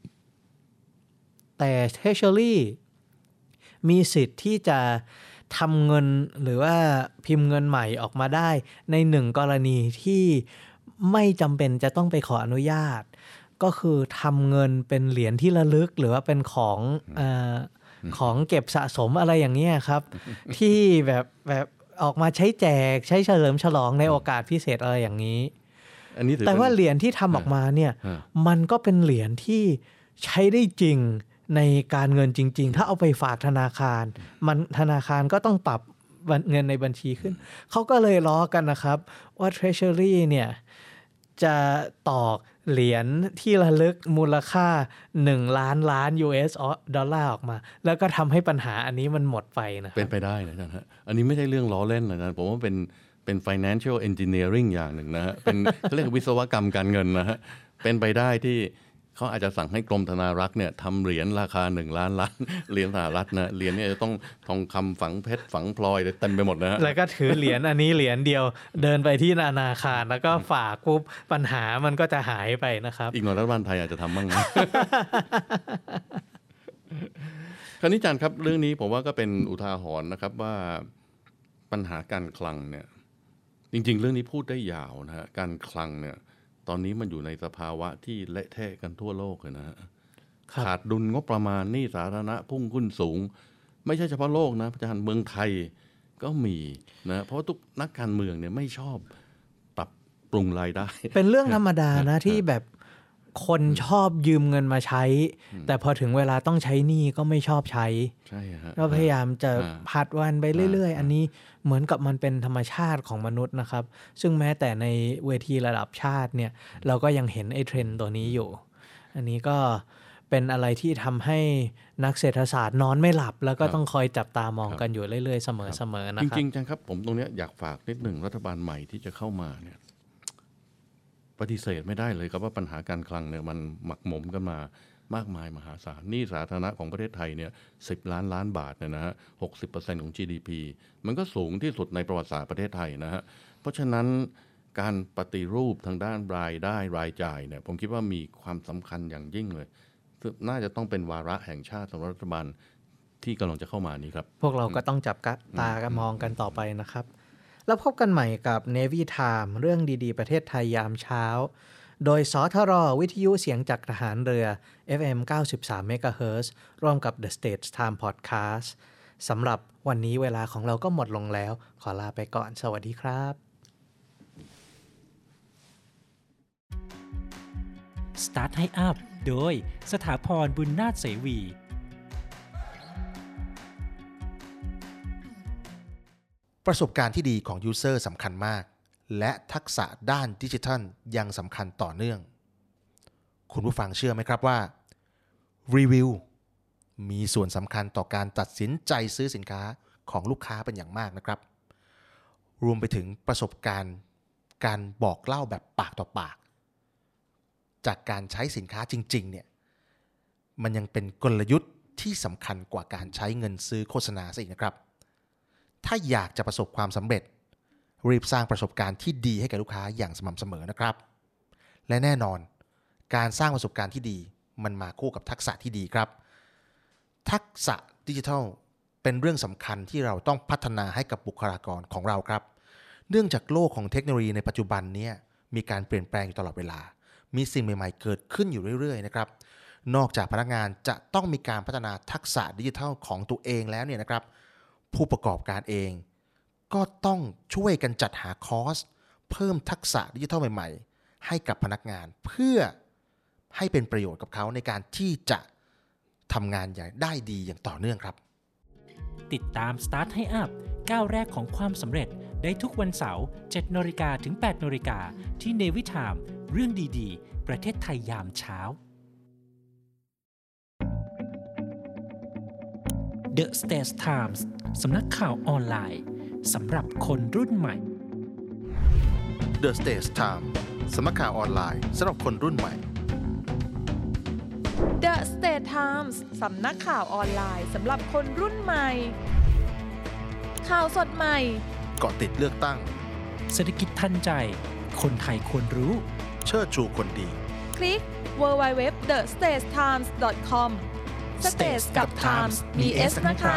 แต่ Treasury มีสิทธิ์ที่จะทำเงินหรือว่าพิมพ์เงินใหม่ออกมาได้ในหนึ่งกรณีที่ไม่จำเป็นจะต้องไปขออนุญาตก็คือทำเงินเป็นเหรียญที่ระลึกหรือว่าเป็นของเก็บสะสมอะไรอย่างนี้ครับที่แบบออกมาใช้แจกใช้เฉลิมฉลองในโอกาสพิเศษอะไรอย่างนี้แต่ว่าเหรียญที่ทำออกมาเนี่ยมันก็เป็นเหรียญที่ใช้ได้จริงในการเงินจริงๆถ้าเอาไปฝากธนาคารธนาคารก็ต้องปรับเงินในบัญชีขึ้นเขาก็เลยล้อกันนะครับว่า Treasury เนี่ยจะตอกเหรียญที่ระลึกมูลค่า1 ล้านล้าน US ดอลลาร์ออกมาแล้วก็ทำให้ปัญหาอันนี้มันหมดไปนะเป็นไปได้นะฮะอันนี้ไม่ใช่เรื่องล้อเล่นนะผมว่าเป็น financial engineering อย่างหนึ่งนะฮะเป็นเรียกวิศวกรรมการเงินนะฮะเป็นไปได้ที่เขาอาจจะสั่งให้กรมธนารักษ์เนี่ยทำเหรียญราคา1 ล้านล้านเหรียญสหรัฐนะเหรียญเนี่ยจะต้องทองคำฝังเพชรฝังพลอยเต็มไปหมดนะฮะแล้วก็ถือเหรียญอันนี้เหรียญเดียวเดินไปที่ธนาคารแล้วก็ฝากปุ๊บปัญหามันก็จะหายไปนะครับอีกหน่อยรัฐบาลไทยอาจจะทำบ้างนะ คราวนี้อาจารย์ครับเรื่องนี้ผมว่าก็เป็นอุทาหรณ์นะครับว่าปัญหาการคลังเนี่ยจริงๆเรื่องนี้พูดได้ยาวนะฮะการคลังเนี่ยตอนนี้มันอยู่ในสภาวะที่เละเทะกันทั่วโลกเลยนะฮะขาดดุลงบประมาณหนี้สาธารณะพุ่งขึ้นสูงไม่ใช่เฉพาะโลกนะอาจารย์เมืองไทยก็มีนะเพราะทุกนักการเมืองเนี่ยไม่ชอบปรับปรุงรายได้เป็นเรื่องธรรมดานะที่แบบคนชอบยืมเงินมาใช้แต่พอถึงเวลาต้องใช้หนี้ก็ไม่ชอบใช้ก็พยายามจะผัดวันไปเรื่อยๆอันนี้เหมือนกับมันเป็นธรรมชาติของมนุษย์นะครับซึ่งแม้แต่ในเวทีระดับชาติเนี่ยเราก็ยังเห็นไอ้เทรนด์ตัวนี้อยู่อันนี้ก็เป็นอะไรที่ทำให้นักเศรษฐศาสตร์นอนไม่หลับแล้วก็ต้องคอยจับตามองกันอยู่เรื่อยๆเสมอๆนะครับจริงๆจังครับผมตรงนี้อยากฝากนิดหนึ่งรัฐบาลใหม่ที่จะเข้ามาเนี่ยปฏิเสธไม่ได้เลยครับว่าปัญหาการคลังเนี่ยมันหมักหมมกันมามากมายมหาศาลหนี้สาธารณะของประเทศไทยเนี่ย10 ล้านล้านบาทเนี่ยนะฮะ 60% ของ GDP มันก็สูงที่สุดในประวัติศาสตร์ประเทศไทยนะฮะเพราะฉะนั้นการปฏิรูปทางด้านรายได้รายจ่ายเนี่ยผมคิดว่ามีความสำคัญอย่างยิ่งเลยน่าจะต้องเป็นวาระแห่งชาติสำหรับรัฐบาลที่กำลังจะเข้ามานี้ครับพวกเราก็ต้องจับตากันมองกันต่อไปนะครับแล้วพบกันใหม่กับ Navy Time เรื่องดีๆประเทศไทยยามเช้าโดยสทร.วิทยุเสียงจากทหารเรือ FM 93 MHz ร่วมกับ The States Time Podcast สำหรับวันนี้เวลาของเราก็หมดลงแล้วขอลาไปก่อนสวัสดีครับ Start ให้อัพโดยสถาพรบุญนาถเสวีประสบการณ์ที่ดีของยูเซอร์สำคัญมากและทักษะด้านดิจิทัลยังสำคัญต่อเนื่องคุณผู้ฟังเชื่อไหมครับว่ารีวิวมีส่วนสำคัญต่อการตัดสินใจซื้อสินค้าของลูกค้าเป็นอย่างมากนะครับรวมไปถึงประสบการณ์การบอกเล่าแบบปากต่อปากจากการใช้สินค้าจริงๆเนี่ยมันยังเป็นกลยุทธ์ที่สำคัญกว่าการใช้เงินซื้อโฆษณาซะอีกนะครับถ้าอยากจะประสบความสำเร็จรีบสร้างประสบการณ์ที่ดีให้กับลูกค้าอย่างสม่ำเสมอนะครับและแน่นอนการสร้างประสบการณ์ที่ดีมันมาคู่กับทักษะที่ดีครับทักษะดิจิทัลเป็นเรื่องสำคัญที่เราต้องพัฒนาให้กับบุคลากรของเราครับเนื่องจากโลกของเทคโนโลยีในปัจจุบันนี้มีการเปลี่ยนแปลงอยู่ตลอดเวลามีสิ่งใหม่ๆเกิดขึ้นอยู่เรื่อยๆนะครับนอกจากพนักงานจะต้องมีการพัฒนาทักษะดิจิทัลของตัวเองแล้วเนี่ยนะครับผู้ประกอบการเองก็ต้องช่วยกันจัดหาคอร์สเพิ่มทักษะดิจิทัลใหม่ๆให้กับพนักงานเพื่อให้เป็นประโยชน์กับเขาในการที่จะทำงานอย่างได้ดีอย่างต่อเนื่องครับติดตาม Start ให้อัพก้าวแรกของความสำเร็จได้ทุกวันเสาร์ 7:00 นถึง 8:00 นที่ Navy Time เรื่องดีๆประเทศไทยยามเช้า The States Times สำนักข่าวออนไลน์สำหรับคนรุ่นใหม่ The States Times สำนักข่าวออนไลน์สำหรับคนรุ่นใหม่ The States Times สำนักข่าวออนไลน์สำหรับคนรุ่นใหม่ข่าวสดใหม่เกาะติดเลือกตั้งเศรษฐกิจทันใจคนไทยควรรู้เชิดชูคนดีคลิก www.thestatestimes.com States กับ Times มี S นะคะ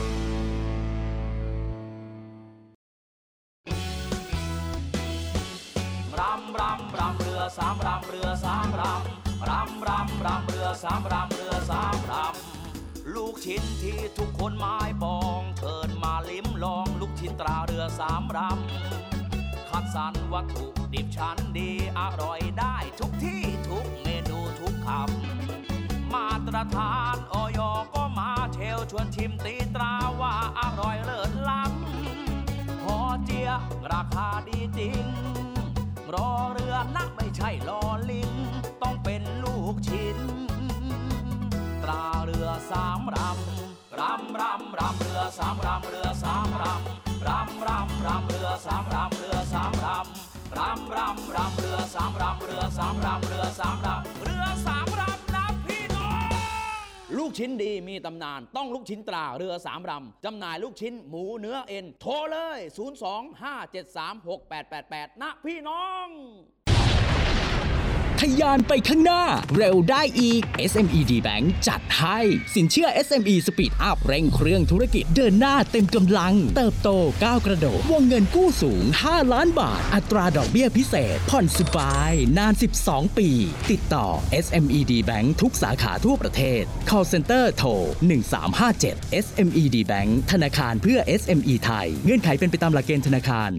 รำเรือสามรำเรือสามรำรำเรือสามรำเรือสามรำลูกชิ้นที่ทุกคนหมายปองเชิญมาลิ้มลองลูกชิ้นตราเรือสามรำคัดสรรวัตถุดิบชั้นดีอร่อยได้ทุกที่ทุกเมนูทุกคำมาตรฐานอย.ก็มาเชลชวนชิมตีตราว่าอร่อยเลิศล้ำพอเจียราคาดีจริงรอเรือนะไม่ใช่ลอลิงต้องเป็นลูกชิ้นตราเรือสามรำรำเรือสามรำเรือสามรำรำเรือสามรำเรือสามรำรำเรือสามรำเรือสามรำเรือสามรำเรือสามรำนะพี่น้องลูกชิ้นดีมีตำนานต้องลูกชิ้นตราเรือสามรำจำหน่ายลูกชิ้นหมูเนื้อเอ็นโทรเลย02-573-6888นะพี่น้องทะยานไปข้างหน้าเร็วได้อีก SME Bank จัดให้สินเชื่อ SME Speed Up เร่งเครื่องธุรกิจเดินหน้าเต็มกำลังเติบโตก้าวกระโดดวงเงินกู้สูง5ล้านบาทอัตราดอกเบี้ยพิเศษผ่อนสบายนาน12ปีติดต่อ SME Bank ทุกสาขาทั่วประเทศ Call Center โทร1357 SME Bank ธนาคารเพื่อ SME ไทยเงื่อนไขเป็นไปตามหลักเกณฑ์ธนาคาร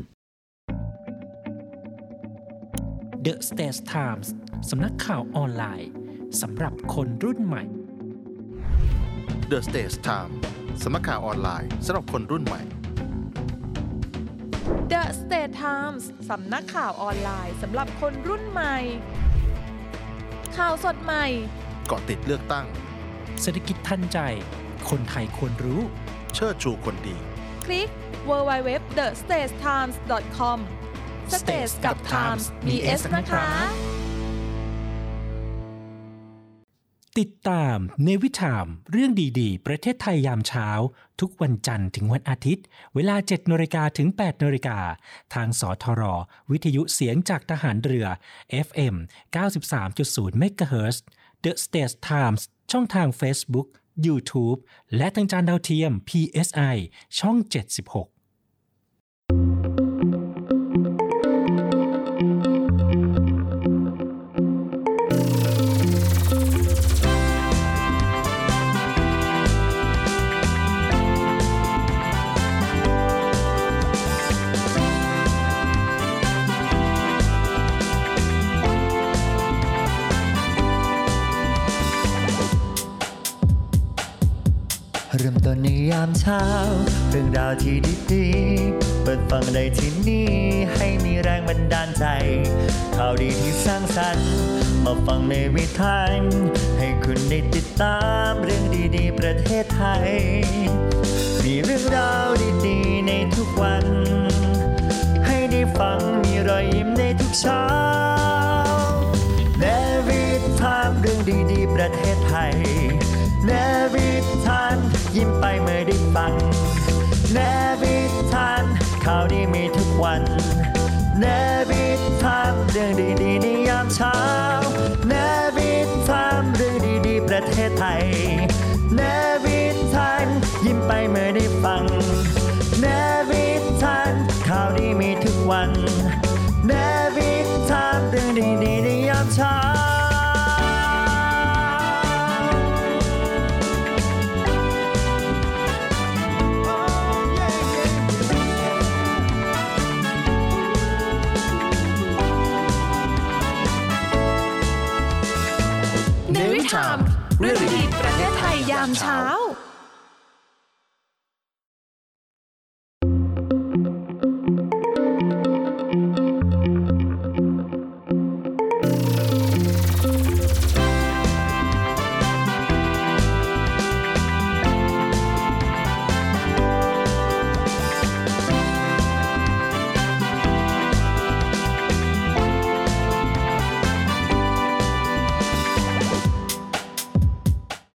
The States Times สำนักข่าวออนไลน์สำหรับคนรุ่นใหม่ The States Times สำนักข่าวออนไลน์สำหรับคนรุ่นใหม่ The States Times สำนักข่าวออนไลน์สำหรับคนรุ่นใหม่ข่าวสดใหม่เกาะติดเลือกตั้งเศรษฐกิจทันใจคนไทยควรรู้เชิดชูคนดีคลิก www.thestatestimes.com States กับ Times มี S นะคะติดตาม Navy Time เรื่องดีๆประเทศไทยยามเช้าทุกวันจันทร์ถึงวันอาทิตย์เวลา 7:00 นถึง 8:00 นทางสทรวิทยุเสียงจากทหารเรือ FM 93.0 MHz The States Times ช่องทาง Facebook YouTube และทางจานดาวเทียม PSI ช่อง 76 เริ่มต้นในยามเช้าเรื่องราวที่ดีๆเปิดฟังได้ที่นี่ให้มีแรงบันดาลใจข่าวดีที่สร้างสรรค์มาฟังในวิถีให้คุณได้ติดตามเรื่องดีๆประเทศไทยมีเรื่องราวดีๆในทุกวันให้ได้ฟังมีรอยยิ้มในทุกเช้าในวิถีเรื่องดีๆประเทศไทยในวิถียิ้มไปเมื่อได้ฟังในวิถีข่าวดีมีทุกวันในวิถีเรื่องดีๆในยามเช้าในวิถีเรื่องดีๆประเทศไทยในวิถียิ้มไปเมื่อได้ฟังในวิถีข่าวดีมีทุกวันในวิถีเรื่องดีๆในยามเช้าเรื่องดีๆประเทศไทยยามเช้า